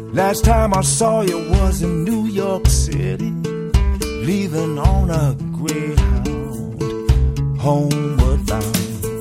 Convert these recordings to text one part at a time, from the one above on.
Last time I saw you was in New York City, leaving on a Greyhound, homeward bound.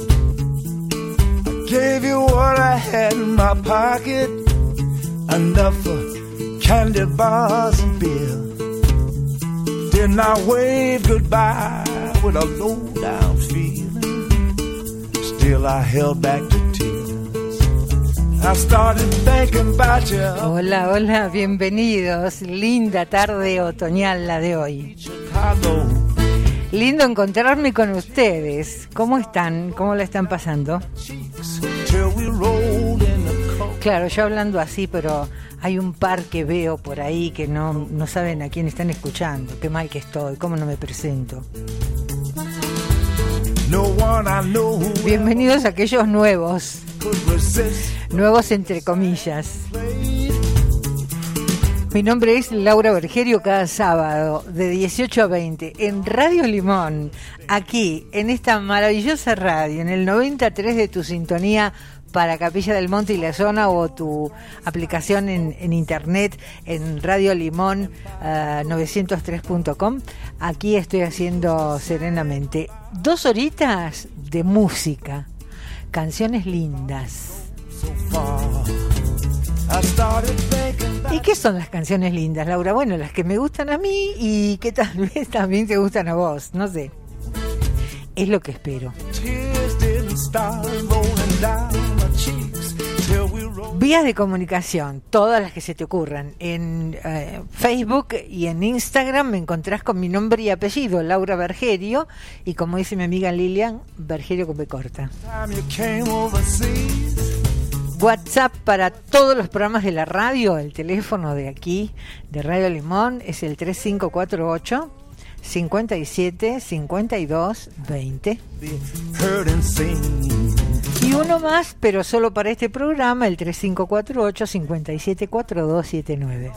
I gave you what I had in my pocket, enough for candy bars and beer. Then I waved goodbye with a low-down feeling. Still I held back the tears. I started thinking about you. Hola, hola, bienvenidos. Linda tarde otoñal la de hoy. Lindo encontrarme con ustedes. ¿Cómo están? ¿Cómo la están pasando? Claro, yo hablando así, pero hay un par que veo por ahí que no saben a quién están escuchando. Qué mal que estoy, cómo no me presento. Bienvenidos a aquellos nuevos entre comillas. Mi nombre es Laura Bergerio, cada sábado de 18 a 20 en Radio Limón, aquí en esta maravillosa radio, en el 93 de tu sintonía para Capilla del Monte y la zona, o tu aplicación en internet en Radio Limón 903.com. Aquí estoy haciendo serenamente 2 horitas de música, canciones lindas. ¿Y qué son las canciones lindas, Laura? Bueno, las que me gustan a mí y que tal vez también te gustan a vos, no sé. Es lo que espero. Vías de comunicación, todas las que se te ocurran. En Facebook y en Instagram me encontrás con mi nombre y apellido, Laura Bergerio, y como dice mi amiga Lilian, Bergerio con B corta. WhatsApp para todos los programas de la radio, el teléfono de aquí, de Radio Limón, es el 3548 57 52 20. Y uno más, pero solo para este programa, el 3548 57 42 79.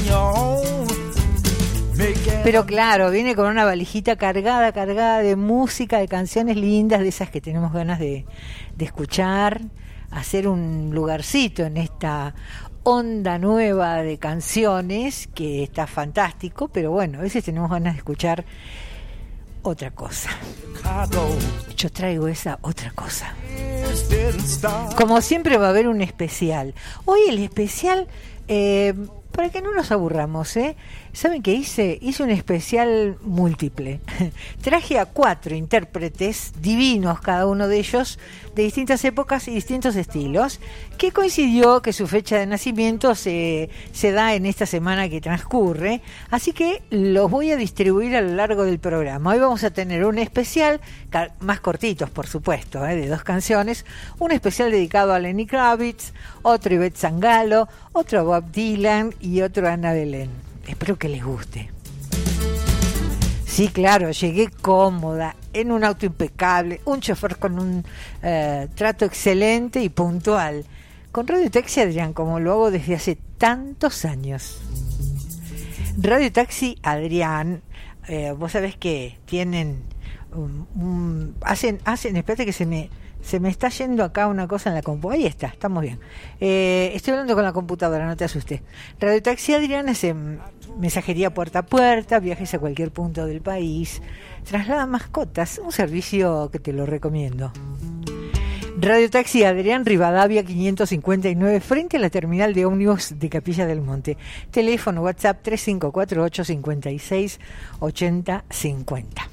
Pero claro, viene con una valijita cargada de música, de canciones lindas, de esas que tenemos ganas de escuchar, hacer un lugarcito en esta onda nueva de canciones que está fantástico, pero bueno, a veces tenemos ganas de escuchar otra cosa. Yo traigo esa otra cosa. Como siempre va a haber un especial. Hoy el especial, para que no nos aburramos, ¿saben qué hice? Hice un especial múltiple. Traje a 4 intérpretes divinos, cada uno de ellos, de distintas épocas y distintos estilos, que coincidió que su fecha de nacimiento se da en esta semana que transcurre, así que los voy a distribuir a lo largo del programa. Hoy vamos a tener un especial, más cortitos por supuesto, de 2 canciones, un especial dedicado a Lenny Kravitz, otro Ivette Sangalo, otro Bob Dylan y otro Ana Belén. Espero que les guste. Sí, claro, llegué cómoda, en un auto impecable, un chofer con un trato excelente y puntual. Con Radio Taxi Adrián, como lo hago desde hace tantos años. Radio Taxi Adrián, vos sabés que tienen hacen, espérate que se me está yendo acá una cosa en la compu. Ahí está, estamos bien. Estoy hablando con la computadora, no te asustes. Radio Taxi Adrián hace mensajería puerta a puerta, viajes a cualquier punto del país, traslada mascotas, un servicio que te lo recomiendo. Radio Taxi Adrián, Rivadavia 559, frente a la terminal de ómnibus de Capilla del Monte. Teléfono WhatsApp 3548 56 80 50.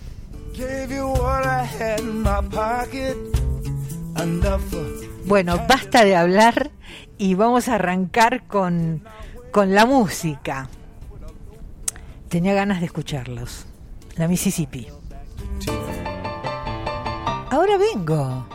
Bueno, basta de hablar y vamos a arrancar con la música. Tenía ganas de escucharlos. La Mississippi. Ahora vengo.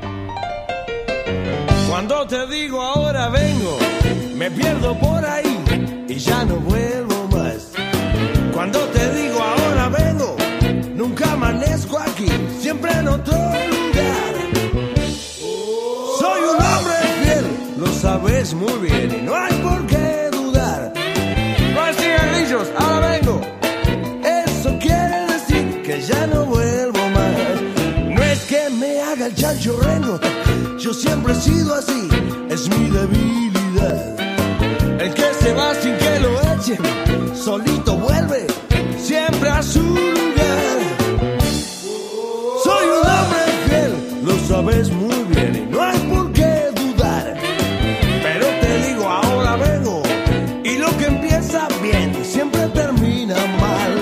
Cuando te digo ahora vengo, me pierdo por ahí y ya no vuelvo más. Cuando te digo ahora vengo, nunca amanezco aquí, siempre en otro lugar. Soy un hombre fiel, lo sabes muy bien y no hay por qué dudar. No hay cigarrillos, ahora vengo. Eso quiere decir que ya no vuelvo más. No es que me haga el chancho reno, yo siempre he sido así, es mi debilidad. El que se va siempre, solito vuelve, siempre a su lugar. Soy un hombre fiel, lo sabes muy bien y no hay por qué dudar. Pero te digo, ahora vengo y lo que empieza bien siempre termina mal.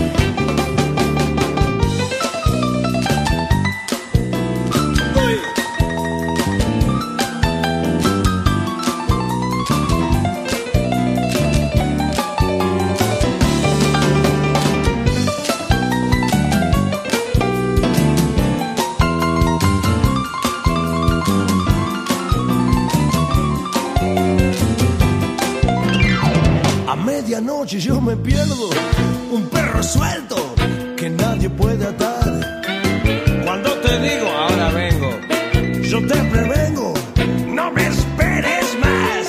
Medianoche yo me pierdo, un perro suelto que nadie puede atar. Cuando te digo ahora vengo, yo te prevengo, no me esperes más.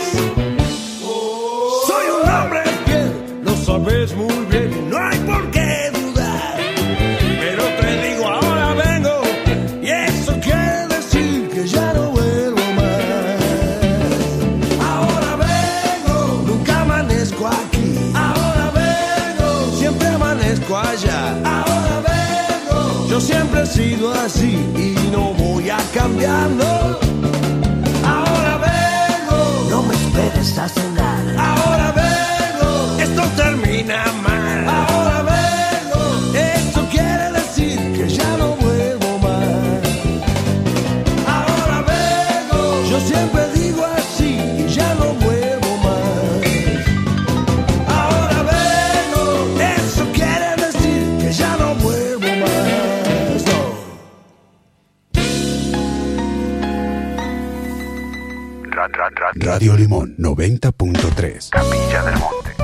Soy un hombre fiel, lo sabes muy bien y no hay por qué dudar. Pero te digo ahora vengo y eso quiere decir que ya no vuelvo más. Ahora vengo, nunca amanezco aquí. Allá. Ahora vengo, yo siempre he sido así y no voy a cambiarlo. Ahora vengo, no me esperes a cenar. Ahora vengo, esto termina mal. Ahora vengo, esto quiere decir que ya no vuelvo más. Ahora vengo, yo siempre digo así y ya no vuelvo más. Ya no vuelvo más, no. Radio Limón 90.3 Capilla del Monte.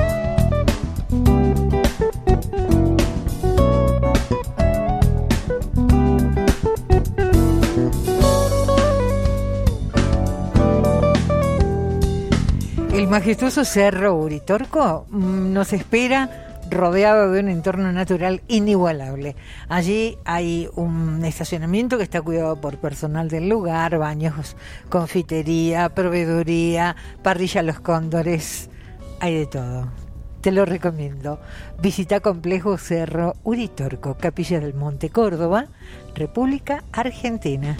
El majestuoso Cerro Uritorco nos espera rodeado de un entorno natural inigualable. Allí hay un estacionamiento que está cuidado por personal del lugar, baños, confitería, proveeduría, parrilla Los Cóndores, hay de todo. Te lo recomiendo. Visita Complejo Cerro Uritorco, Capilla del Monte, Córdoba, República Argentina.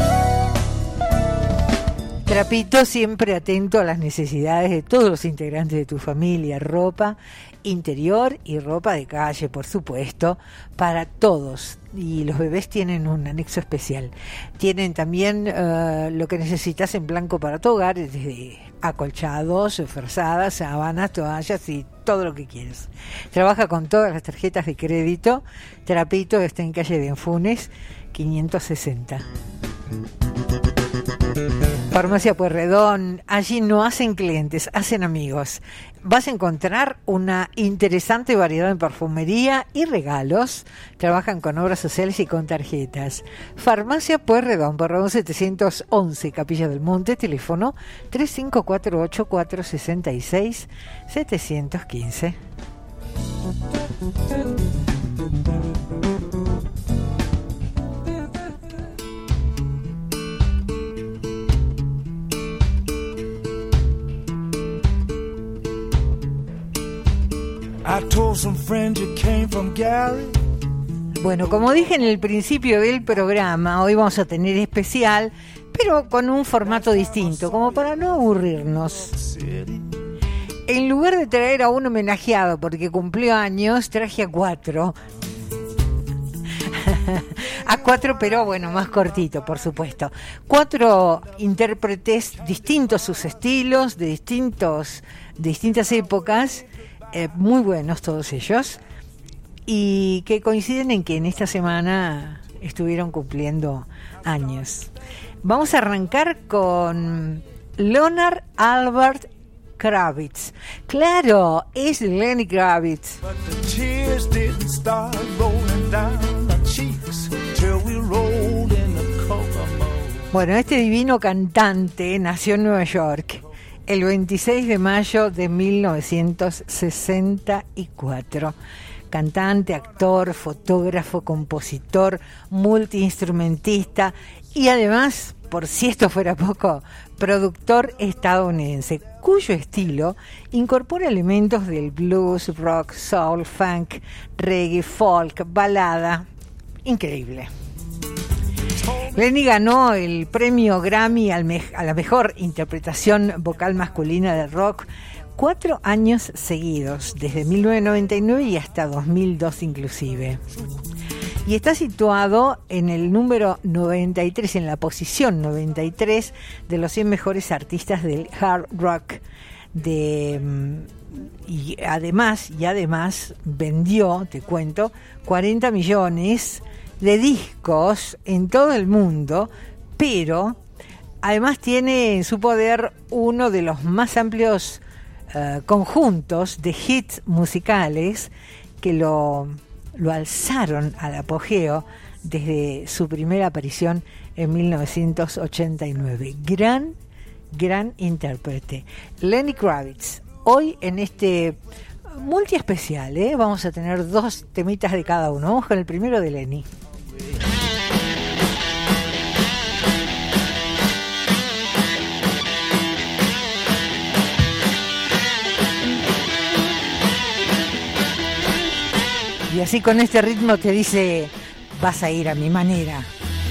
Trapito, siempre atento a las necesidades de todos los integrantes de tu familia. Ropa interior y ropa de calle, por supuesto, para todos. Y los bebés tienen un anexo especial. Tienen también lo que necesitas en blanco para tu hogar, desde acolchados, frazadas, sábanas, toallas y todo lo que quieres. Trabaja con todas las tarjetas de crédito. Trapito está en calle de Enfunes 560. Farmacia Pueyrredón, allí no hacen clientes, hacen amigos. Vas a encontrar una interesante variedad en perfumería y regalos. Trabajan con obras sociales y con tarjetas. Farmacia Pueyrredón, Pueyrredón 711, Capilla del Monte, teléfono 3548-466-715. Bueno, como dije en el principio del programa, hoy vamos a tener especial, pero con un formato distinto, como para no aburrirnos. En lugar de traer a un homenajeado porque cumplió años, traje a 4. A 4, pero bueno, más cortito, por supuesto. 4 intérpretes distintos, sus estilos, de distintas épocas. Muy buenos todos ellos, y que coinciden en que en esta semana estuvieron cumpliendo años. Vamos a arrancar con Leonard Albert Kravitz. Claro, es Lenny Kravitz. Bueno, este divino cantante nació en Nueva York el 26 de mayo de 1964. Cantante, actor, fotógrafo, compositor, multiinstrumentista y además, por si esto fuera poco, productor estadounidense. cuyo estilo incorpora elementos del blues, rock, soul, funk, reggae, folk, balada. Increíble. Lenny ganó el premio Grammy a la mejor interpretación vocal masculina de rock 4 años seguidos, desde 1999 y hasta 2002 inclusive. Y está situado en el número 93, en la posición 93 de los 100 mejores artistas del hard rock. Y además vendió, te cuento, 40 millones de discos en todo el mundo, pero además tiene en su poder uno de los más amplios conjuntos de hits musicales que lo alzaron al apogeo desde su primera aparición en 1989. Gran intérprete, Lenny Kravitz. Hoy en este multi especial, vamos a tener 2 temitas de cada uno. Vamos con el primero de Lenny. Y así con este ritmo te dice, vas a ir a mi manera.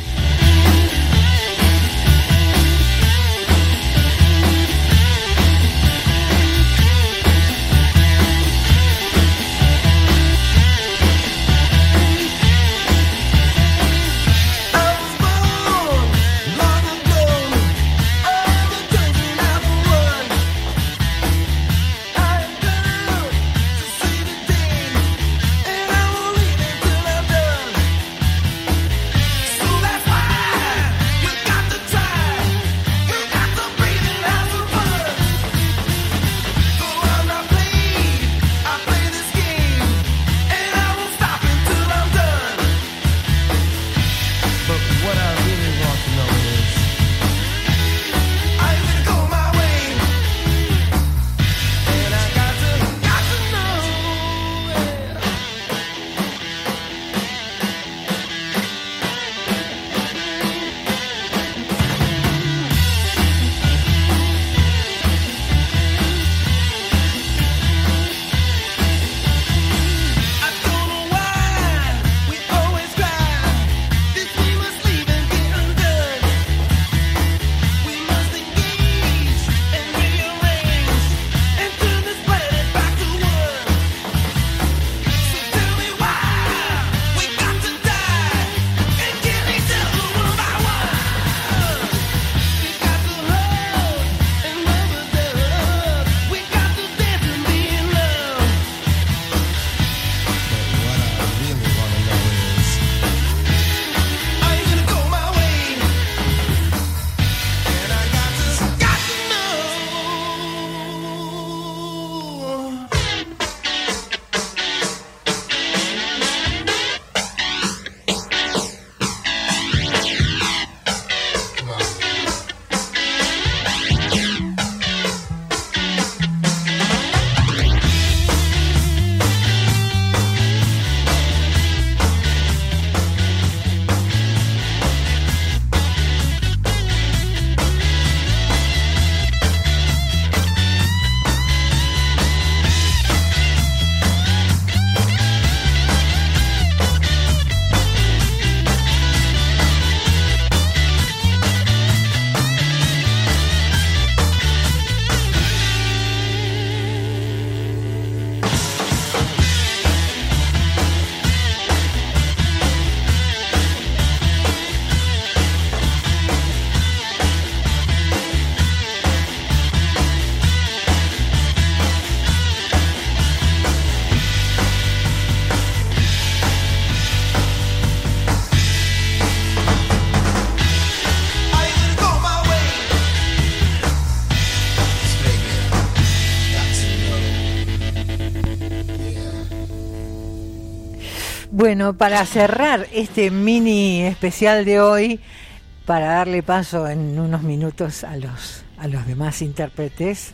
Bueno, para cerrar este mini especial de hoy, para darle paso en unos minutos a los demás intérpretes,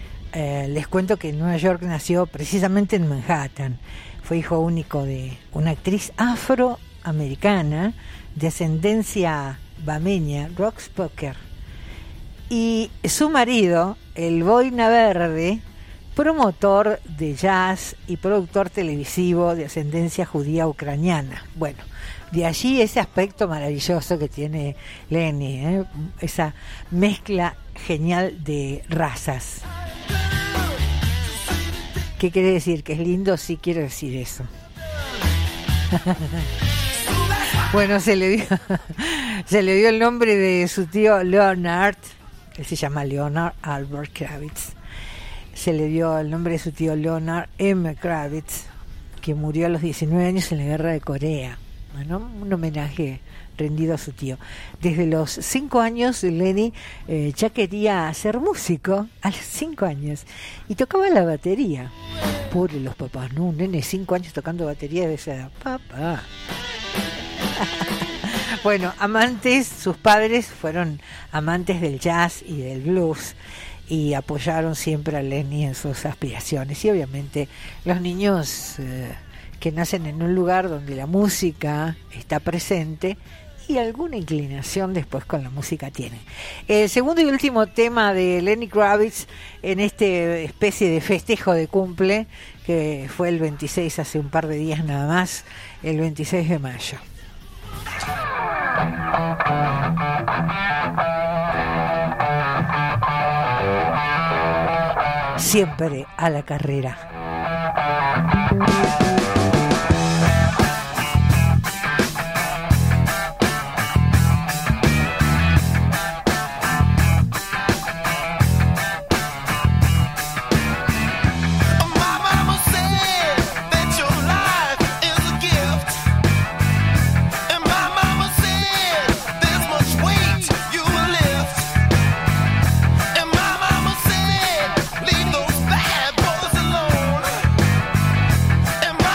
les cuento que en Nueva York nació precisamente en Manhattan. Fue hijo único de una actriz afroamericana de ascendencia bameña, Rox Parker. Y su marido, el Boina Verde, promotor de jazz y productor televisivo de ascendencia judía ucraniana. Bueno, de allí ese aspecto maravilloso que tiene Lenny, esa mezcla genial de razas. ¿Qué quiere decir? ¿Que es lindo? Sí, quiero decir eso. Bueno, se le dio el nombre de su tío Leonard. Él se llama Leonard Albert Kravitz. Se le dio el nombre de su tío Leonard M. Kravitz, que murió a los 19 años en la guerra de Corea. Bueno, un homenaje rendido a su tío. Desde los 5 años, Lenny ya quería ser músico, a los 5 años, y tocaba la batería. Pobre los papás, ¿no? Un nene de 5 años tocando batería de esa edad. Papá. Bueno, sus padres fueron amantes del jazz y del blues, y apoyaron siempre a Lenny en sus aspiraciones. Y obviamente los niños que nacen en un lugar donde la música está presente y alguna inclinación después con la música tienen. El segundo y último tema de Lenny Kravitz en este especie de festejo de cumple, que fue el 26, hace un par de días nada más, el 26 de mayo. Siempre a la carrera. Leave those bad boys alone. And my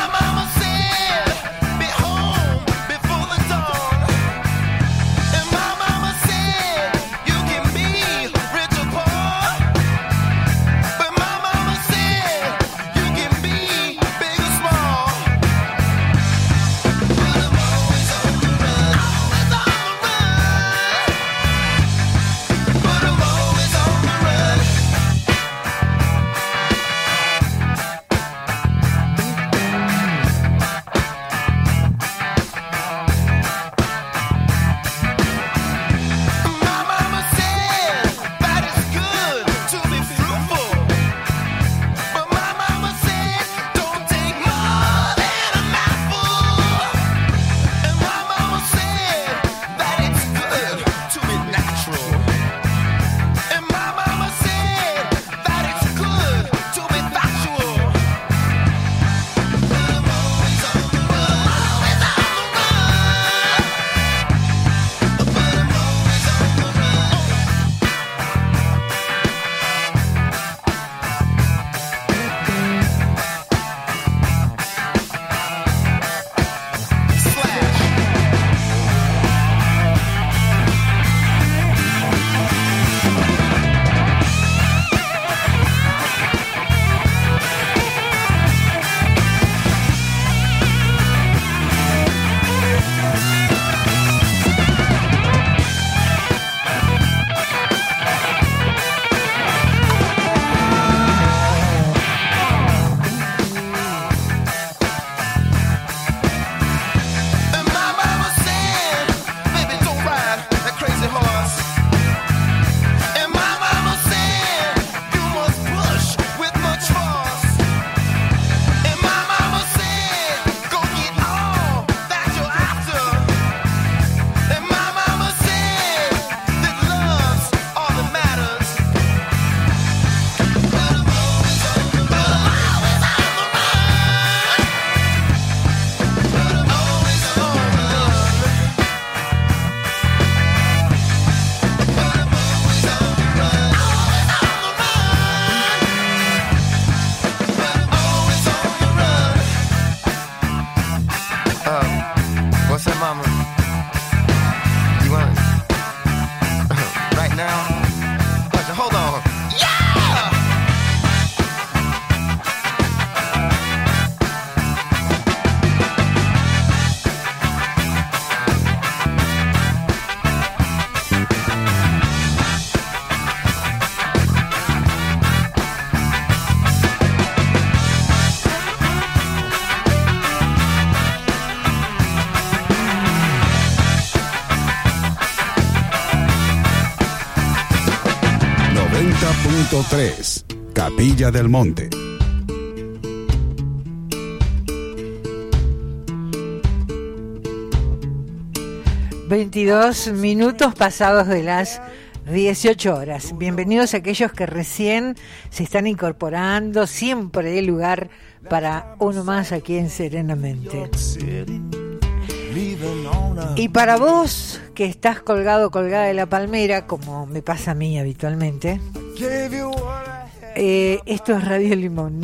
90.3, Capilla del Monte. ...22 pasados de las 18 horas. Bienvenidos a aquellos que recién se están incorporando. Siempre hay lugar para uno más aquí en Serenamente. Y para vos que estás colgado, colgada de la palmera, como me pasa a mí habitualmente, esto es Radio Limón.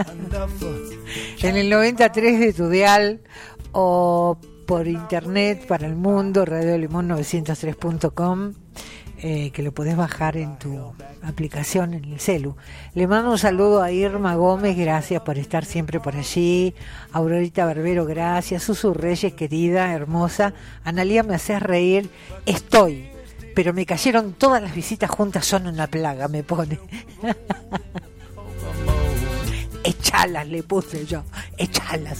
En el 93 de tu dial o por internet para el mundo, radiolimon903.com, que lo podés bajar en tu aplicación en el celu. Le mando un saludo a Irma Gómez, gracias por estar siempre por allí. Aurorita Barbero, gracias. Susu Reyes, querida, hermosa. Analía, me haces reír. Estoy, pero me cayeron todas las visitas juntas, son una plaga, me pone. Echalas, le puse yo, echalas.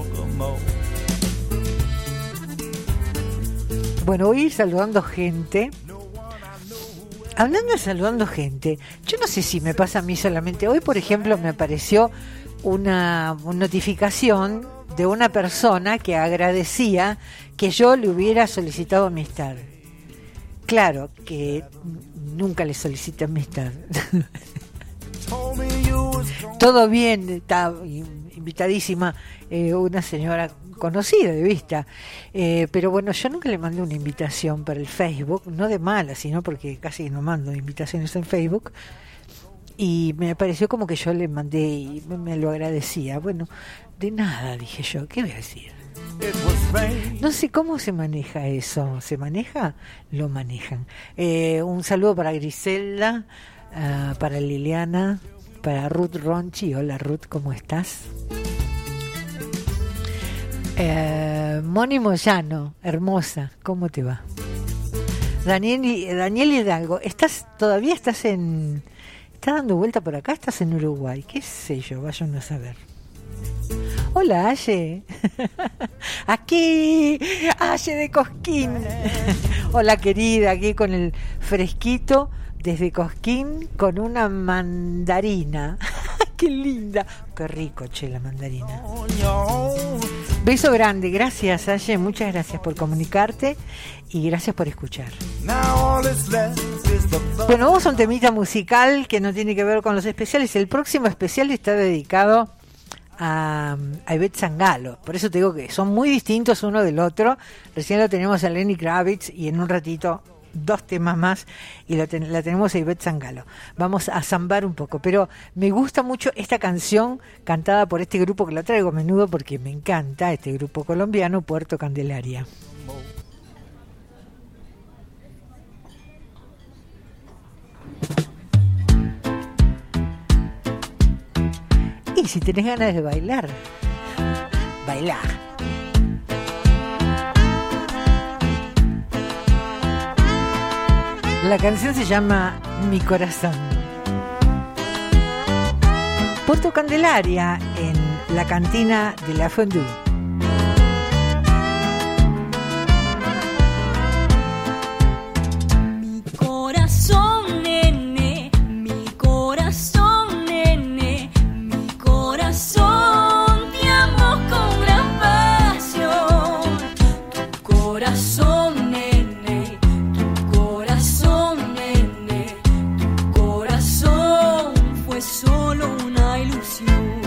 Bueno, voy a ir saludando gente. Hablando de saludando gente, yo no sé si me pasa a mí solamente. Hoy, por ejemplo, me apareció una notificación de una persona que agradecía que yo le hubiera solicitado amistad. Claro que nunca le solicité amistad. Todo bien, está invitadísima una señora conocida de vista, pero bueno, yo nunca le mandé una invitación para el Facebook, no de mala, sino porque casi no mando invitaciones en Facebook, y me pareció como que yo le mandé y me lo agradecía. Bueno, de nada, dije yo, ¿qué voy a decir? No sé cómo se maneja eso. ¿Se maneja? Lo manejan. Un saludo para Griselda, para Liliana, para Ruth Ronchi. Hola Ruth, ¿cómo estás? Moni Moyano, hermosa, ¿cómo te va? Daniel Hidalgo, ¿todavía estás dando vuelta por acá? ¿Estás en Uruguay? ¿Qué sé yo? Vayan a saber. Hola, Aye. Aquí, Aye de Cosquín. Hola, querida, aquí con el fresquito desde Cosquín con una mandarina. ¡Qué linda! ¡Qué rico, che, la mandarina! Beso grande, gracias, Aye, muchas gracias por comunicarte y gracias por escuchar. Bueno, vamos a un temita musical que no tiene que ver con los especiales. El próximo especial está dedicado a Ivette Sangalo, por eso te digo que son muy distintos uno del otro. Recién lo tenemos a Lenny Kravitz y en un ratito 2 temas más y la tenemos a Ivette Sangalo. Vamos a zambar un poco, pero me gusta mucho esta canción cantada por este grupo que la traigo a menudo porque me encanta, este grupo colombiano, Puerto Candelaria. Y si tenés ganas de bailar, bailar. La canción se llama Mi Corazón. Puerto Candelaria, en la cantina de La Fondue. Mi corazón, nene, mi corazón, nene, mi corazón, te amo con gran pasión. Tu corazón, solo una ilusión.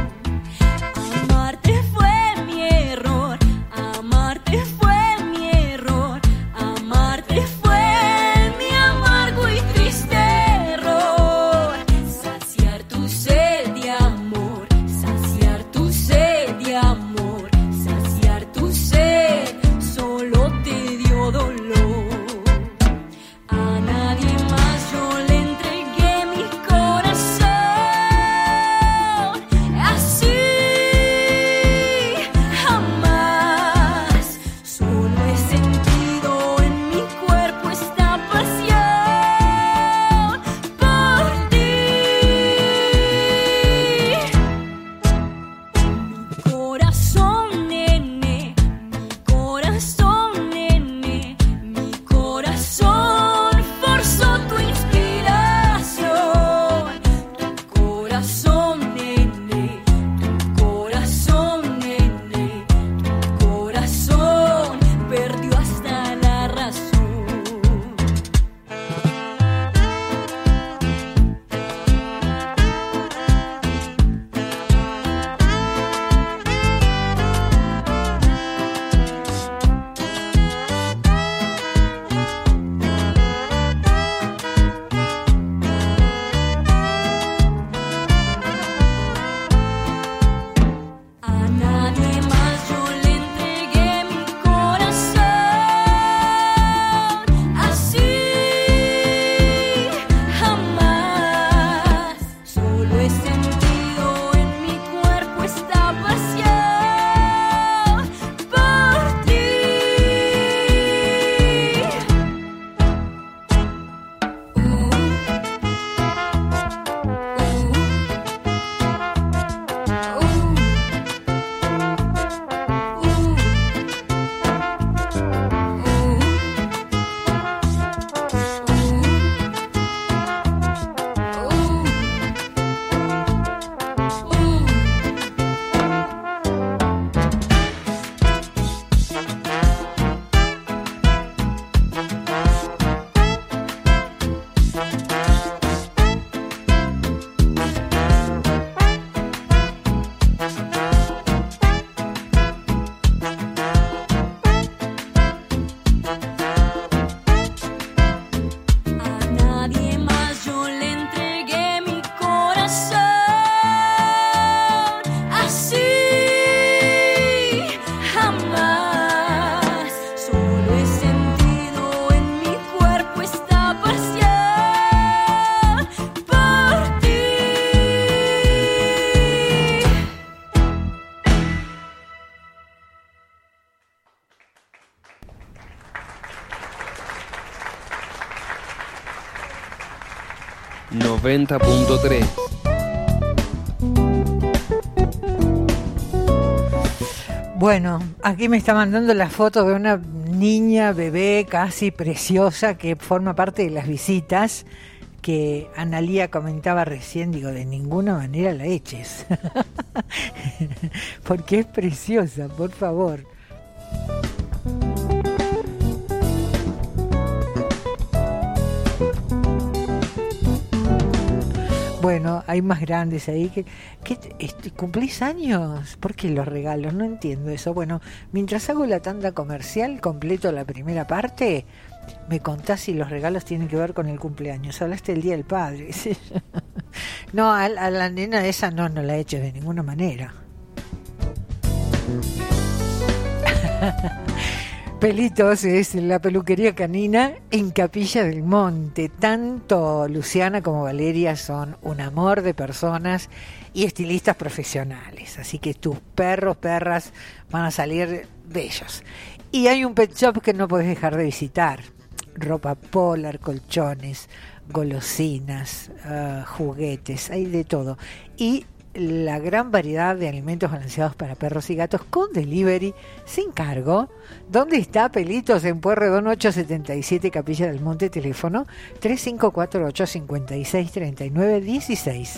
Amarte fue mi error, amarte fue mi error, amarte fue mi amargo y triste error. Saciar tu sed de amor, saciar tu sed de amor, saciar tu sed solo te dio dolor. A nadie más yo le entregué mi corazón. corazón, nene, tu corazón, nene, tu corazón perdió hasta la razón. A nadie más yo le entregué mi corazón, así jamás. Solo he sentido en mi cuerpo esta pasión por ti. A nadie más yo le entregué mi corazón, así jamás. Solo he sentido en mi cuerpo esta pasión por ti. ...90.3. Bueno, aquí me está mandando la foto de una niña, bebé, casi preciosa, que forma parte de las visitas, que Analía comentaba recién. Digo, de ninguna manera la eches. Porque es preciosa, por favor. Bueno, hay más grandes ahí que ¿cumplís años? ¿Por qué los regalos? No entiendo eso. Bueno, mientras hago la tanda comercial, completo la primera parte, me contás si los regalos tienen que ver con el cumpleaños. Hablaste del Día del Padre. ¿Sí? No, a la nena esa no la he hecho de ninguna manera. Pelitos es la peluquería canina en Capilla del Monte. Tanto Luciana como Valeria son un amor de personas y estilistas profesionales. Así que tus perros, perras van a salir bellos. Y hay un pet shop que no podés dejar de visitar. Ropa polar, colchones, golosinas, juguetes, hay de todo. Y la gran variedad de alimentos balanceados para perros y gatos con delivery sin cargo. ¿Dónde está Pelitos? En Pueyrredón 877, Capilla del Monte, teléfono 3548-5639-16.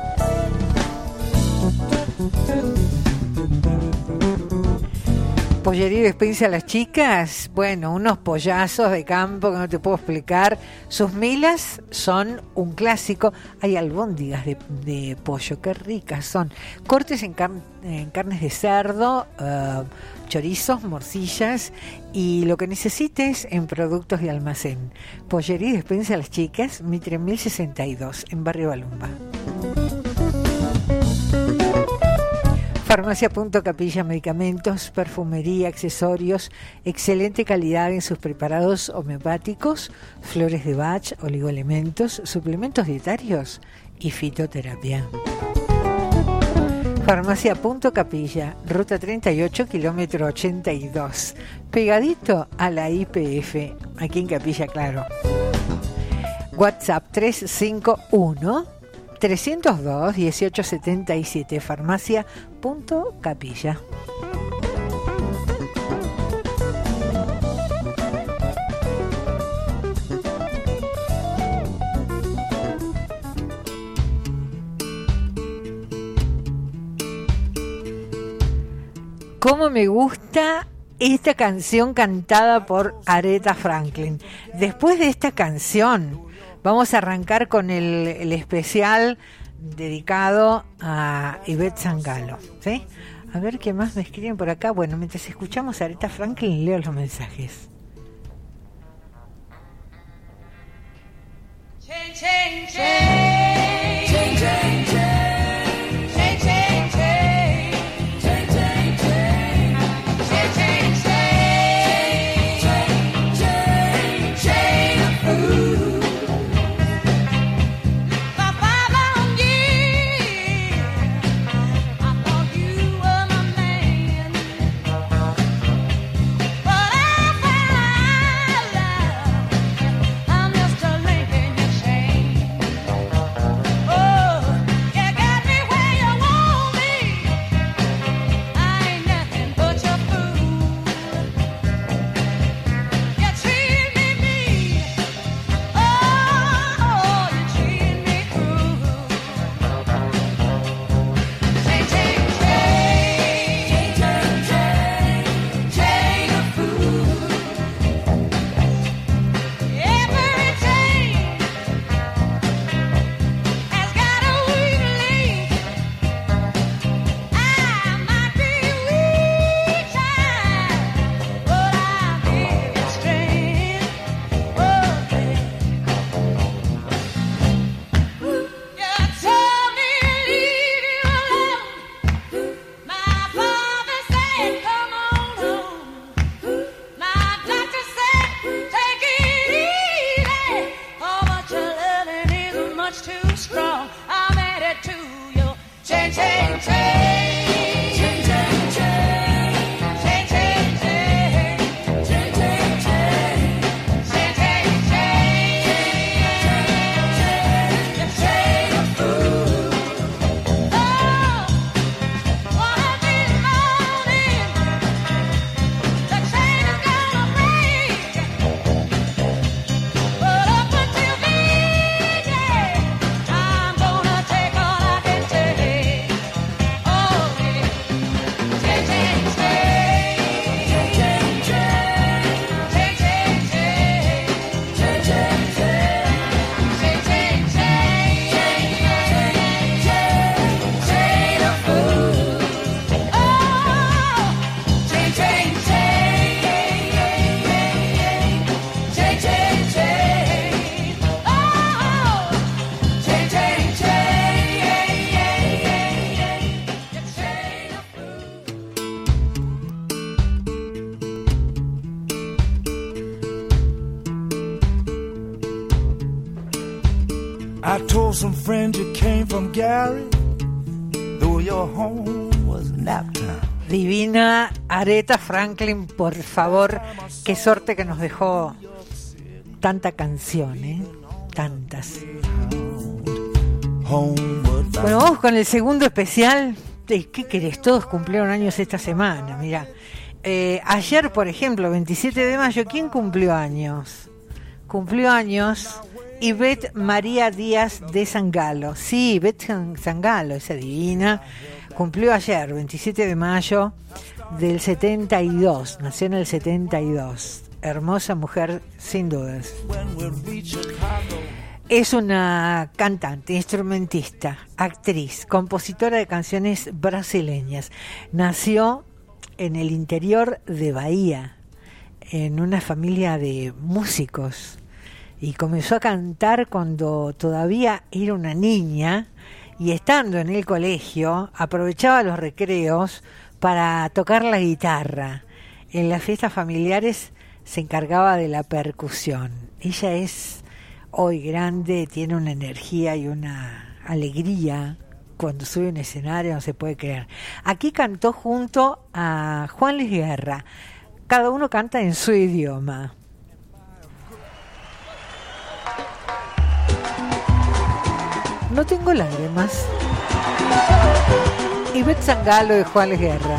Pollería y despensa a las chicas, bueno, unos pollazos de campo que no te puedo explicar. Sus milas son un clásico. Hay albóndigas de pollo, qué ricas son. Cortes en carnes de cerdo, chorizos, morcillas y lo que necesites en productos de almacén. Pollería y despensa a las chicas, Mitre 1062, en Barrio Balumba. Farmacia Punto Capilla, medicamentos, perfumería, accesorios, excelente calidad en sus preparados homeopáticos, flores de Bach, oligoelementos, suplementos dietarios y fitoterapia. Farmacia Punto Capilla, ruta 38, kilómetro 82, pegadito a la IPF, aquí en Capilla, claro. WhatsApp 351-302-1877, Farmacia Punto Capilla. cómo me gusta esta canción cantada por Aretha Franklin. Después de esta canción vamos a arrancar con el especial dedicado a Ivette Sangalo, ¿sí? A ver qué más me escriben por acá. Bueno, mientras escuchamos a Aretha Franklin, leo los mensajes. Chain, chain, chain, chain, chain, chain, chain, chain, chain, chain, chain, chain, chain, chain, chain, chain of food. For 5 long years, I thought you were my man, but I found out I'm just a link in your chain. Oh, you got me where you want me. I ain't nothing but your fool. You treat me mean. Oh, you treat me cruel. Chain, chain, chain, chain, chain, chain of food. Every chain has got a weak link. I might be weak, child, but I give you strength. Oh, you told me to leave you alone. My father said, come on home. My doctor said, take it easy. Oh, but your loving is much too strong. I'm headed to you. Chain, chain, chain. Chain, chain, chain. Chain, chain, chain. Chain, chain, chain. Chain, chain, chain. The chain of food. Oh, one of these mornings, the chain is gonna break. But up until then, yeah, I'm gonna take all I can take. Oh, yeah. Chain, chain, chain. Chain, chain, chain. Chain, chain, chain. Chain, chain, chain. Chain, chain, chain. Chain of food. Oh, chain, chain, chain. Chain, chain, chain. Oh, chain, chain, chain. The chain of food. I told some friends you came from Gary, though your home was Naptown. Divina Aretha Franklin, por favor, qué suerte que nos dejó tanta canción, ¿eh? Tantas. Homeward bound. Bueno, vamos con el segundo especial. ¿Qué querés? Todos cumplieron años esta semana, mirá. Ayer, por ejemplo, 27 de mayo, ¿quién cumplió años? Cumplió años Ivette María Díaz de Sangalo. Sí, Ivette Sangalo, esa divina. Cumplió ayer, 27 de mayo del 72. Nació en el 72. Hermosa mujer, sin dudas. Es una cantante, instrumentista, actriz, compositora de canciones brasileñas. Nació en el interior de Bahía, en una familia de músicos, y comenzó a cantar cuando todavía era una niña, y estando en el colegio aprovechaba los recreos para tocar la guitarra. En las fiestas familiares se encargaba de la percusión. Ella es hoy grande, tiene una energía y una alegría cuando sube a un escenario, no se puede creer. Aquí cantó junto a Juan Luis Guerra. Cada uno canta en su idioma. No tengo lágrimas. Ivette Sangalo de Juan Luis Guerra.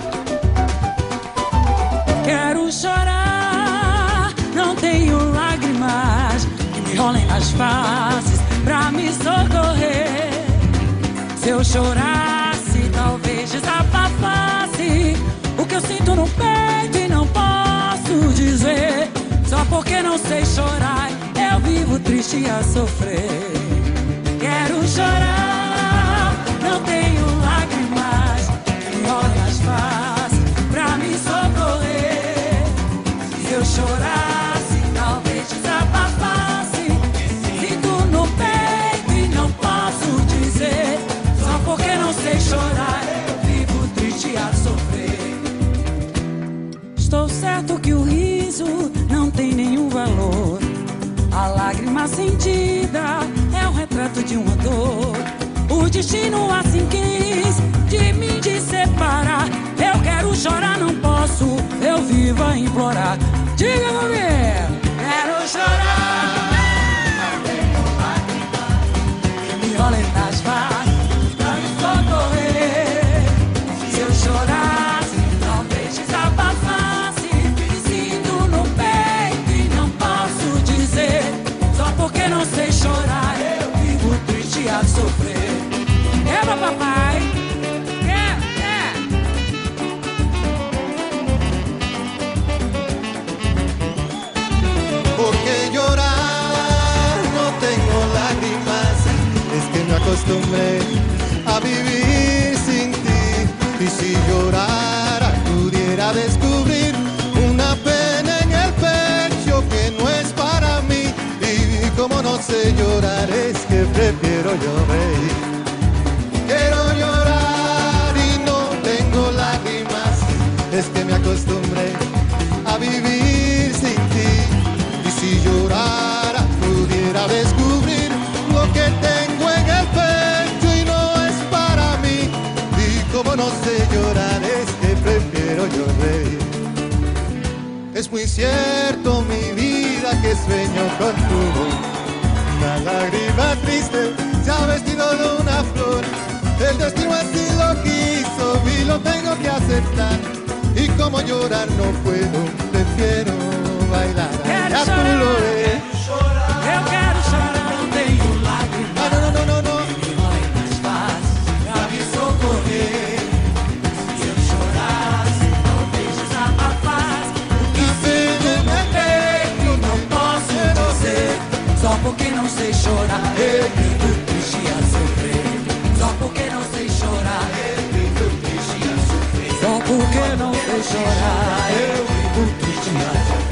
Quero chorar, não tenho lágrimas. enrolem nas faces pra me socorrer. Se eu chorasse, talvez desabafasse o que eu sinto no peito e não posso dizer. Só porque não sei chorar, eu vivo triste a sofrer. Quero chorar, não tenho lágrimas, me olhem nas faces pra me socorrer. Se eu chorasse, talvez desabafasse, sinto no peito e não posso dizer. Só porque não sei chorar, eu vivo triste a sofrer. Estou certo que o riso não tem nenhum valor. A lágrima sentida é um retrato de uma dor. O destino assim quis de mim te separar. Eu quero chorar, não posso, eu vivo a implorar. Diga, mulher, quero chorar. Me olhem nas faces pra me socorrer. Se eu chorasse, talvez desabafasse, me sinto no peito e não posso dizer. Só porque não sei chorar, eu vivo triste a sofrer. Quebra, papai. ¿Por qué llorar? No tengo lágrimas. Es que me acostumbré a vivir sin ti. Y si llorara pudiera descubrir una pena en el pecho que no es para mí. Y como no sé llorar, es que prefiero yo reír. Quiero llorar y no tengo lágrimas. Es que me acostumbré a vivir sin ti. Y si llorara pudiera descubrir lo que tengo en el pecho y no es para mí. Y como no sé llorar, es que prefiero yo reír. Es muy cierto mi vida que sueño con tu voz. Una lágrima triste se ha vestido de una flor. El destino así lo quiso y lo tengo que aceptar. Y como llorar no puedo, prefiero bailar. Quero chorar, eu quero chorar, não tenho lágrimas. Ah, no, no, no, no. Me olhem nas faces pra me socorrer. Se eu chorasse, talvez desabafasse o que sinto no peito, não posso dizer. Só porque não sei chorar, eu vivo triste a sofrer. Só porque não sei chorar, eu vivo triste a sofrer. Só porque não sei chorar, eu vivo triste a sofrer.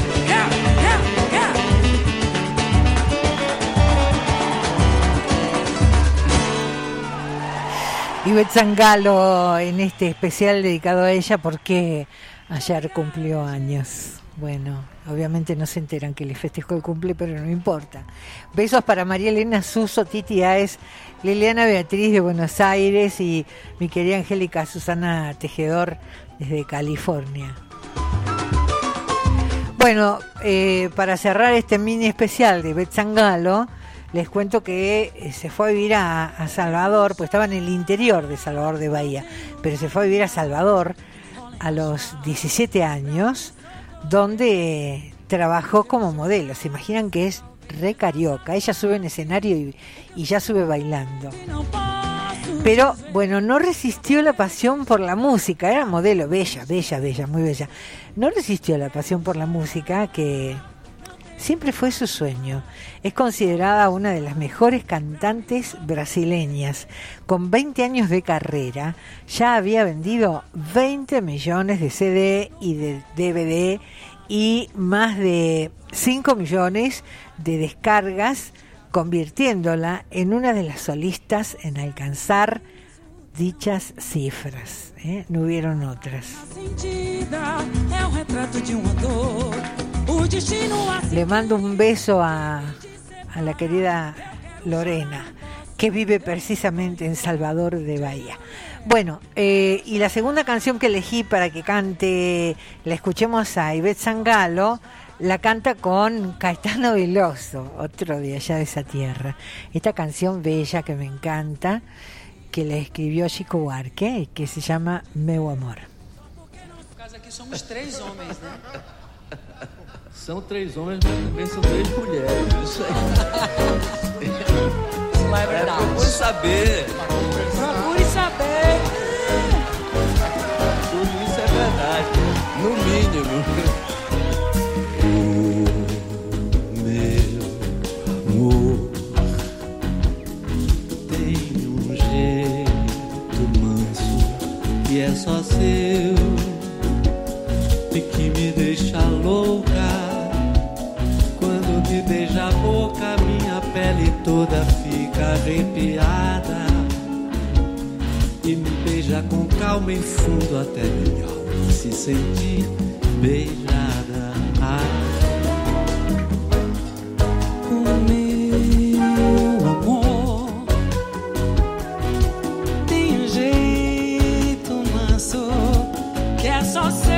Ivette Sangalo en este especial dedicado a ella porque ayer cumplió años. Bueno, obviamente no se enteran que le festejó el cumple, pero no importa. Besos para María Elena Suso, Titi Aes, Liliana Beatriz de Buenos Aires y mi querida Angélica Susana Tejedor desde California. Bueno, para cerrar este mini especial de Ivette Sangalo, les cuento que se fue a vivir a Salvador, pues estaba en el interior de Salvador de Bahía, pero se fue a vivir a Salvador a los 17 años, donde trabajó como modelo. Se imaginan que es re carioca. Ella sube en escenario y ya sube bailando. Pero bueno, no resistió la pasión por la música. Era modelo, bella, muy bella. No resistió la pasión por la música, que siempre fue su sueño. Es considerada una de las mejores cantantes brasileñas. Con 20 años de carrera, ya había vendido 20 millones de CD y de DVD y más de 5 millones de descargas, convirtiéndola en una de las solistas en alcanzar dichas cifras. No hubieron otras. Le mando un beso a la querida Lorena, que vive precisamente en Salvador de Bahía. Bueno, y la segunda canción que elegí para que cante, la escuchemos a Ivette Sangalo, la canta con Caetano Veloso, otro de allá de esa tierra. Esta canción bella que me encanta, que la escribió Chico Buarque y que se llama Meu Amor. Por causa que somos 3 homens, né? São 3 homens, mas também são 3 mulheres. Isso aí. Isso não é verdade. Procure saber. Procure saber. Tudo isso é verdade. No mínimo. O meu amor tem um jeito manso que é só seu e que me deixa louca. Quando me beija a boca, minha pele toda fica arrepiada e me beija com calma e fundo até minha alma se sentir beijada. O meu amor tem um jeito manso que é só seu,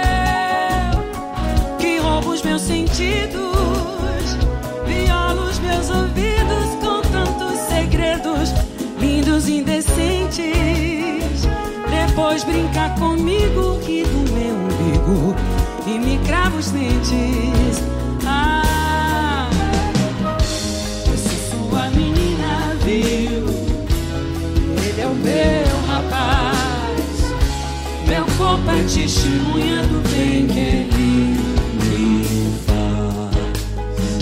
que rouba os meus sentidos, viola os meus ouvidos com tantos segredos lindos, indecentes. Depois brinca comigo, ri do meu umbigo e me crava os dentes. Eu sou sua menina, viu? Ele é o meu rapaz. Meu corpo é testemunha do bem que ele me faz.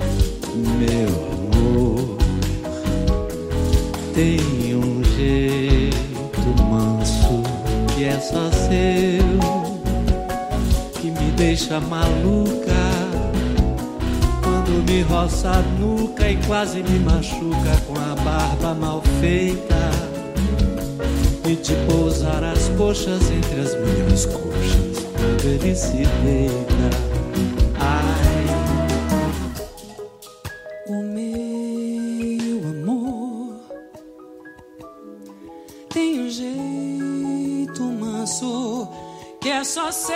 Meu amor tem um jeito manso que é só seu, que me deixa maluca quando me roça a nuca e quase me machuca com a barba mal feita e de pousar as coxas entre as minhas coxas quando ele se deita. Ai, O meu amor tem um jeito manso que é só seu,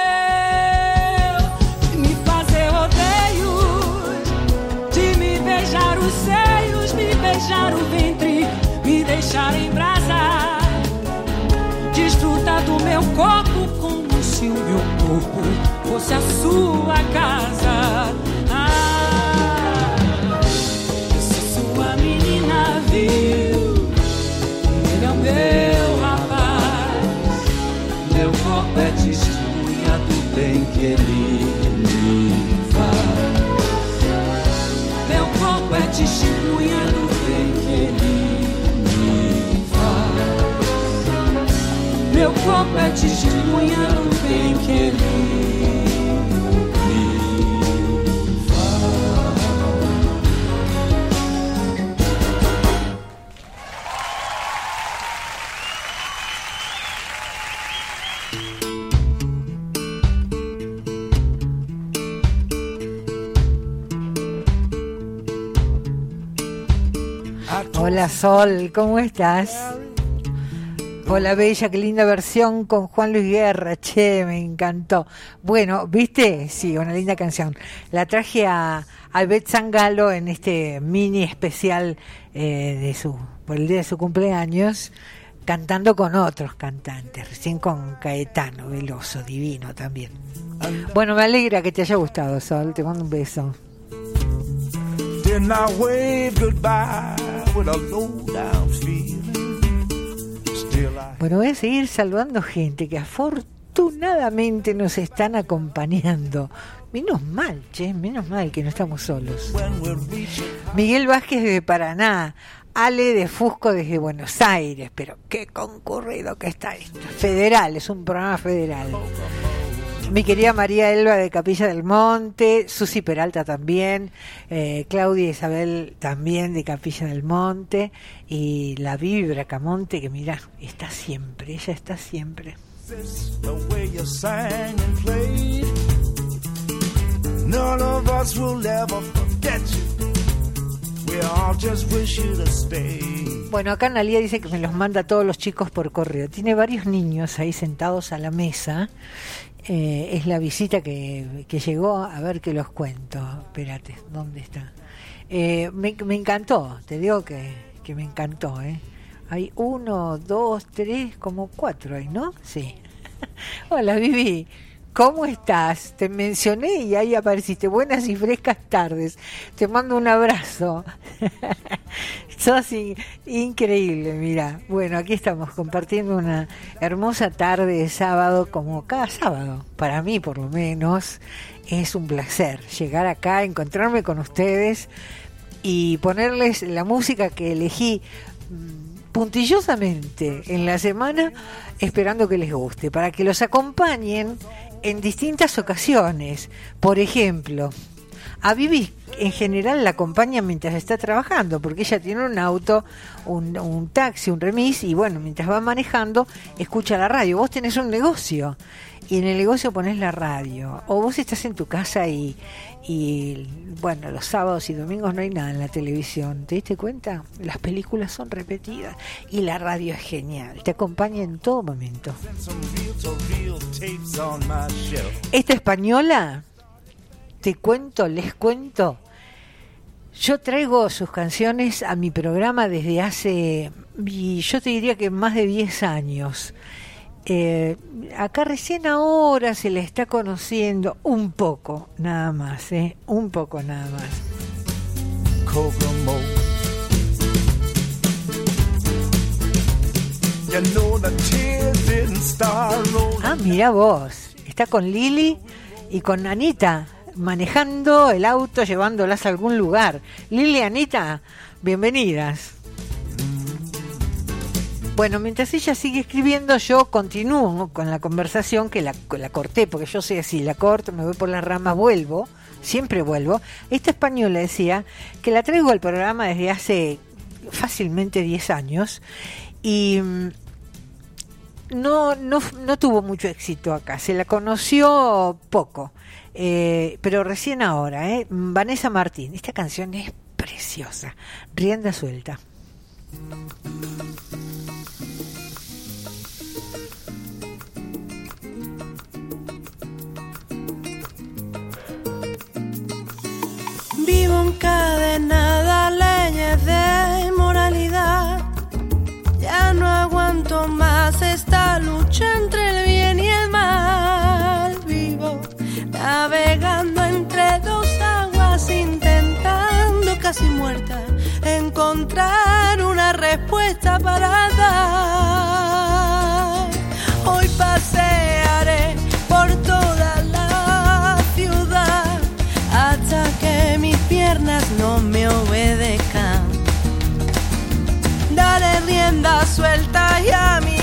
de me fazer rodeios, de me beijar os seios, me beijar o ventre, me deixar em brasa, desfrutar do meu corpo como se o meu corpo fosse a sua casa. Eu sou sua menina, viu? Ele é o meu rapaz. meu corpo é testemunha do bem que ele me faz. Meu corpo é testemunha do bem que ele me faz. Meu corpo é testemunha do bem que ele me faz. Hola Sol, ¿cómo estás? Hola Bella, qué linda versión con Juan Luis Guerra, che, me encantó. Bueno, ¿viste? Sí, una linda canción. La traje a Albet Zangalo en este mini especial por el día de su cumpleaños, cantando con otros cantantes, recién con Caetano Veloso, divino también. Bueno, me alegra que te haya gustado, Sol, te mando un beso. Then I wave goodbye with a low down feeling. Still I Bueno, voy a seguir saludando gente que afortunadamente nos están acompañando. Menos mal, che, menos mal que no estamos solos. when we're reaching Miguel Vázquez desde Paraná, Ale de Fusco desde Buenos Aires, pero qué concurrido que está esto. Federal, es un programa federal. Mi querida María Elba de Capilla del Monte, Susi Peralta también, Claudia Isabel también de Capilla del Monte, y la Vivi Bracamonte, que mira, está siempre, ella está siempre. the way you sang and played. None of us will ever forget you. We all just wish you to stay. Bueno, acá Analia dice que me los manda a todos los chicos por correo. Tiene varios niños ahí sentados a la mesa. Es la visita que llegó, a ver que los cuento. Espérate, ¿dónde está? Me encantó, te digo que me encantó. Hay 1, 2, 3, como 4 ahí, ¿no? Sí. Hola, Vivi. ¿Cómo estás? Te mencioné y ahí apareciste. Buenas y frescas tardes. Te mando un abrazo. Sos increíble, mira. Bueno, aquí estamos compartiendo una hermosa tarde de sábado, como cada sábado. Para mí, por lo menos, es un placer llegar acá, encontrarme con ustedes y ponerles la música que elegí puntillosamente en la semana, esperando que les guste, para que los acompañen en distintas ocasiones. Por ejemplo, a Vivi en general la acompaña mientras está trabajando, porque ella tiene un auto, un taxi, un remis, y bueno, mientras va manejando, escucha la radio. Vos tenés un negocio, y en el negocio ponés la radio, o vos estás en tu casa y bueno, los sábados y domingos no hay nada en la televisión, ¿te diste cuenta? Las películas son repetidas y la radio es genial, te acompaña en todo momento. Esta española, les cuento, yo traigo sus canciones a mi programa desde hace, y yo te diría que más de 10 años. Acá recién ahora se le está conociendo un poco nada más, un poco nada más. Ah, mira vos, está con Lili y con Anita manejando el auto, llevándolas a algún lugar. Lili y Anita, bienvenidas. Bueno, mientras ella sigue escribiendo, yo continúo con la conversación que la corté, porque yo soy así, la corto, me voy por las ramas, vuelvo, siempre vuelvo. Esta española decía que la traigo al programa desde hace fácilmente 10 años y no tuvo mucho éxito acá, se la conoció poco, pero recién ahora, Vanessa Martín, esta canción es preciosa, Rienda Suelta. Vivo encadenada, leyes de moralidad. Ya no aguanto más esta lucha entre el bien y el mal. Vivo navegando entre dos aguas, intentando casi muerta encontrar una respuesta para dar. Hoy pasearé por toda la ciudad hasta que mis piernas no me obedezcan. Daré rienda suelta y a mi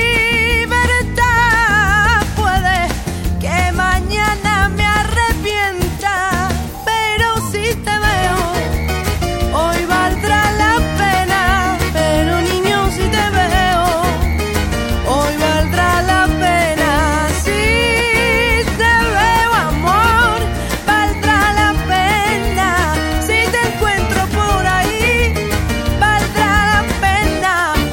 libertad. Puede que mañana me arrepienta, pero si te veo, hoy valdrá la pena. Pero niño, si te veo, hoy valdrá la pena. Si te veo, amor, valdrá la pena. Si te encuentro por ahí, valdrá la pena.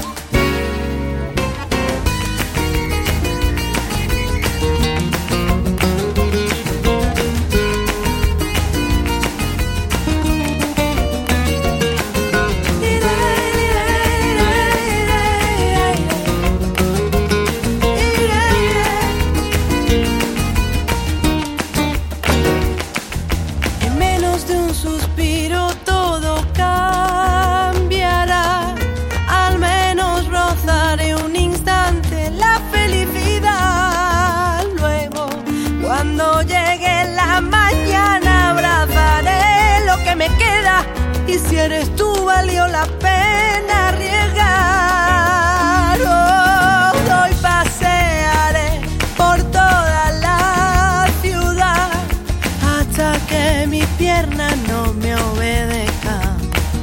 En menos de un suspiro todo cambiará. Al menos rozaré un instante la felicidad. Luego, cuando llegue la mañana, abrazaré lo que me queda. Y si eres tú, valió la pena arriesgar. Hoy pasearé por toda la ciudad hasta que mis piernas no me obedezcan.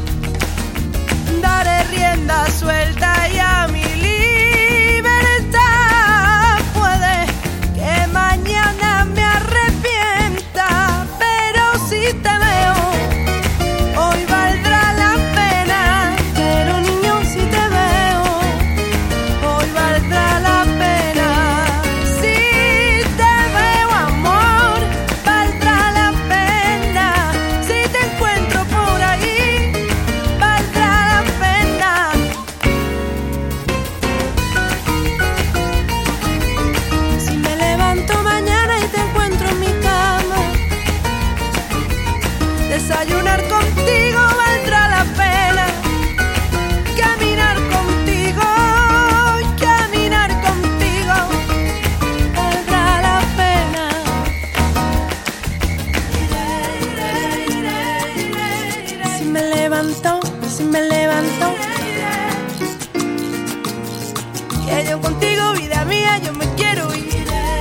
Daré rienda suelta y a mi libertad. Puede que mañana me arrepienta, pero si te veo, hoy valdrá la pena. Pero niño, si te veo, hoy valdrá la pena. Si te veo, amor, valdrá la pena. Si te encuentro levanto. Que yo contigo, vida mía, yo me quiero ir.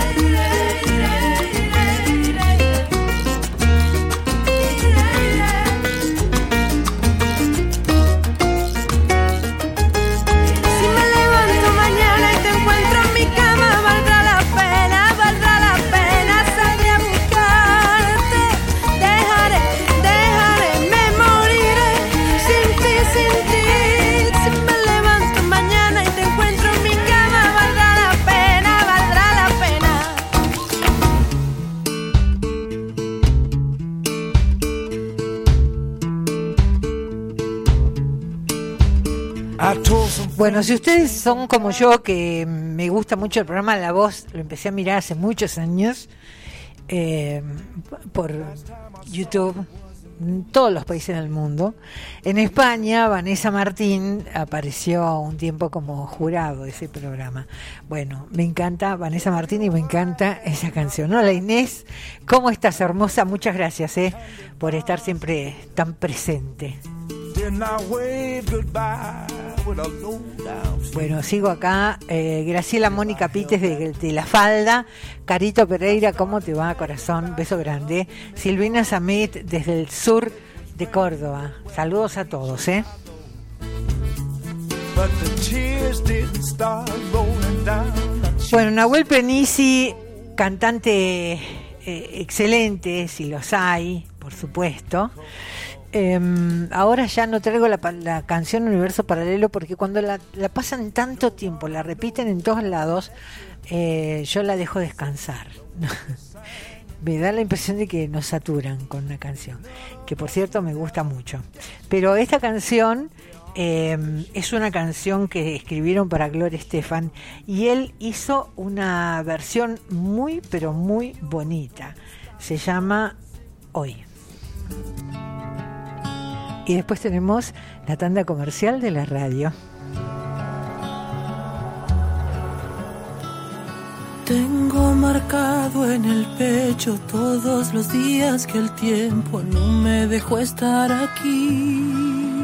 Bueno, si ustedes son como yo, que me gusta mucho el programa La Voz, lo empecé a mirar hace muchos años por YouTube, en todos los países del mundo. En España, Vanessa Martín apareció un tiempo como jurado de ese programa. Bueno, me encanta Vanessa Martín y me encanta esa canción. Hola Inés, ¿cómo estás, hermosa? Muchas gracias por estar siempre tan presente. Bueno, sigo acá. Graciela Mónica Pites de La Falda. Carito Pereira, ¿cómo te va, corazón? Beso grande. Silvina Samit desde el sur de Córdoba. Saludos a todos, Bueno, Nahuel Penisi, cantante excelente, si los hay, por supuesto. Ahora ya no traigo la canción Universo Paralelo porque cuando la pasan tanto tiempo, la repiten en todos lados, yo la dejo descansar. Me da la impresión de que nos saturan con una canción, que por cierto me gusta mucho. Pero esta canción es una canción que escribieron para Gloria Estefan y él hizo una versión muy, pero muy bonita. Se llama Hoy. Y después tenemos la tanda comercial de la radio. Tengo marcado en el pecho todos los días que el tiempo no me dejó estar aquí.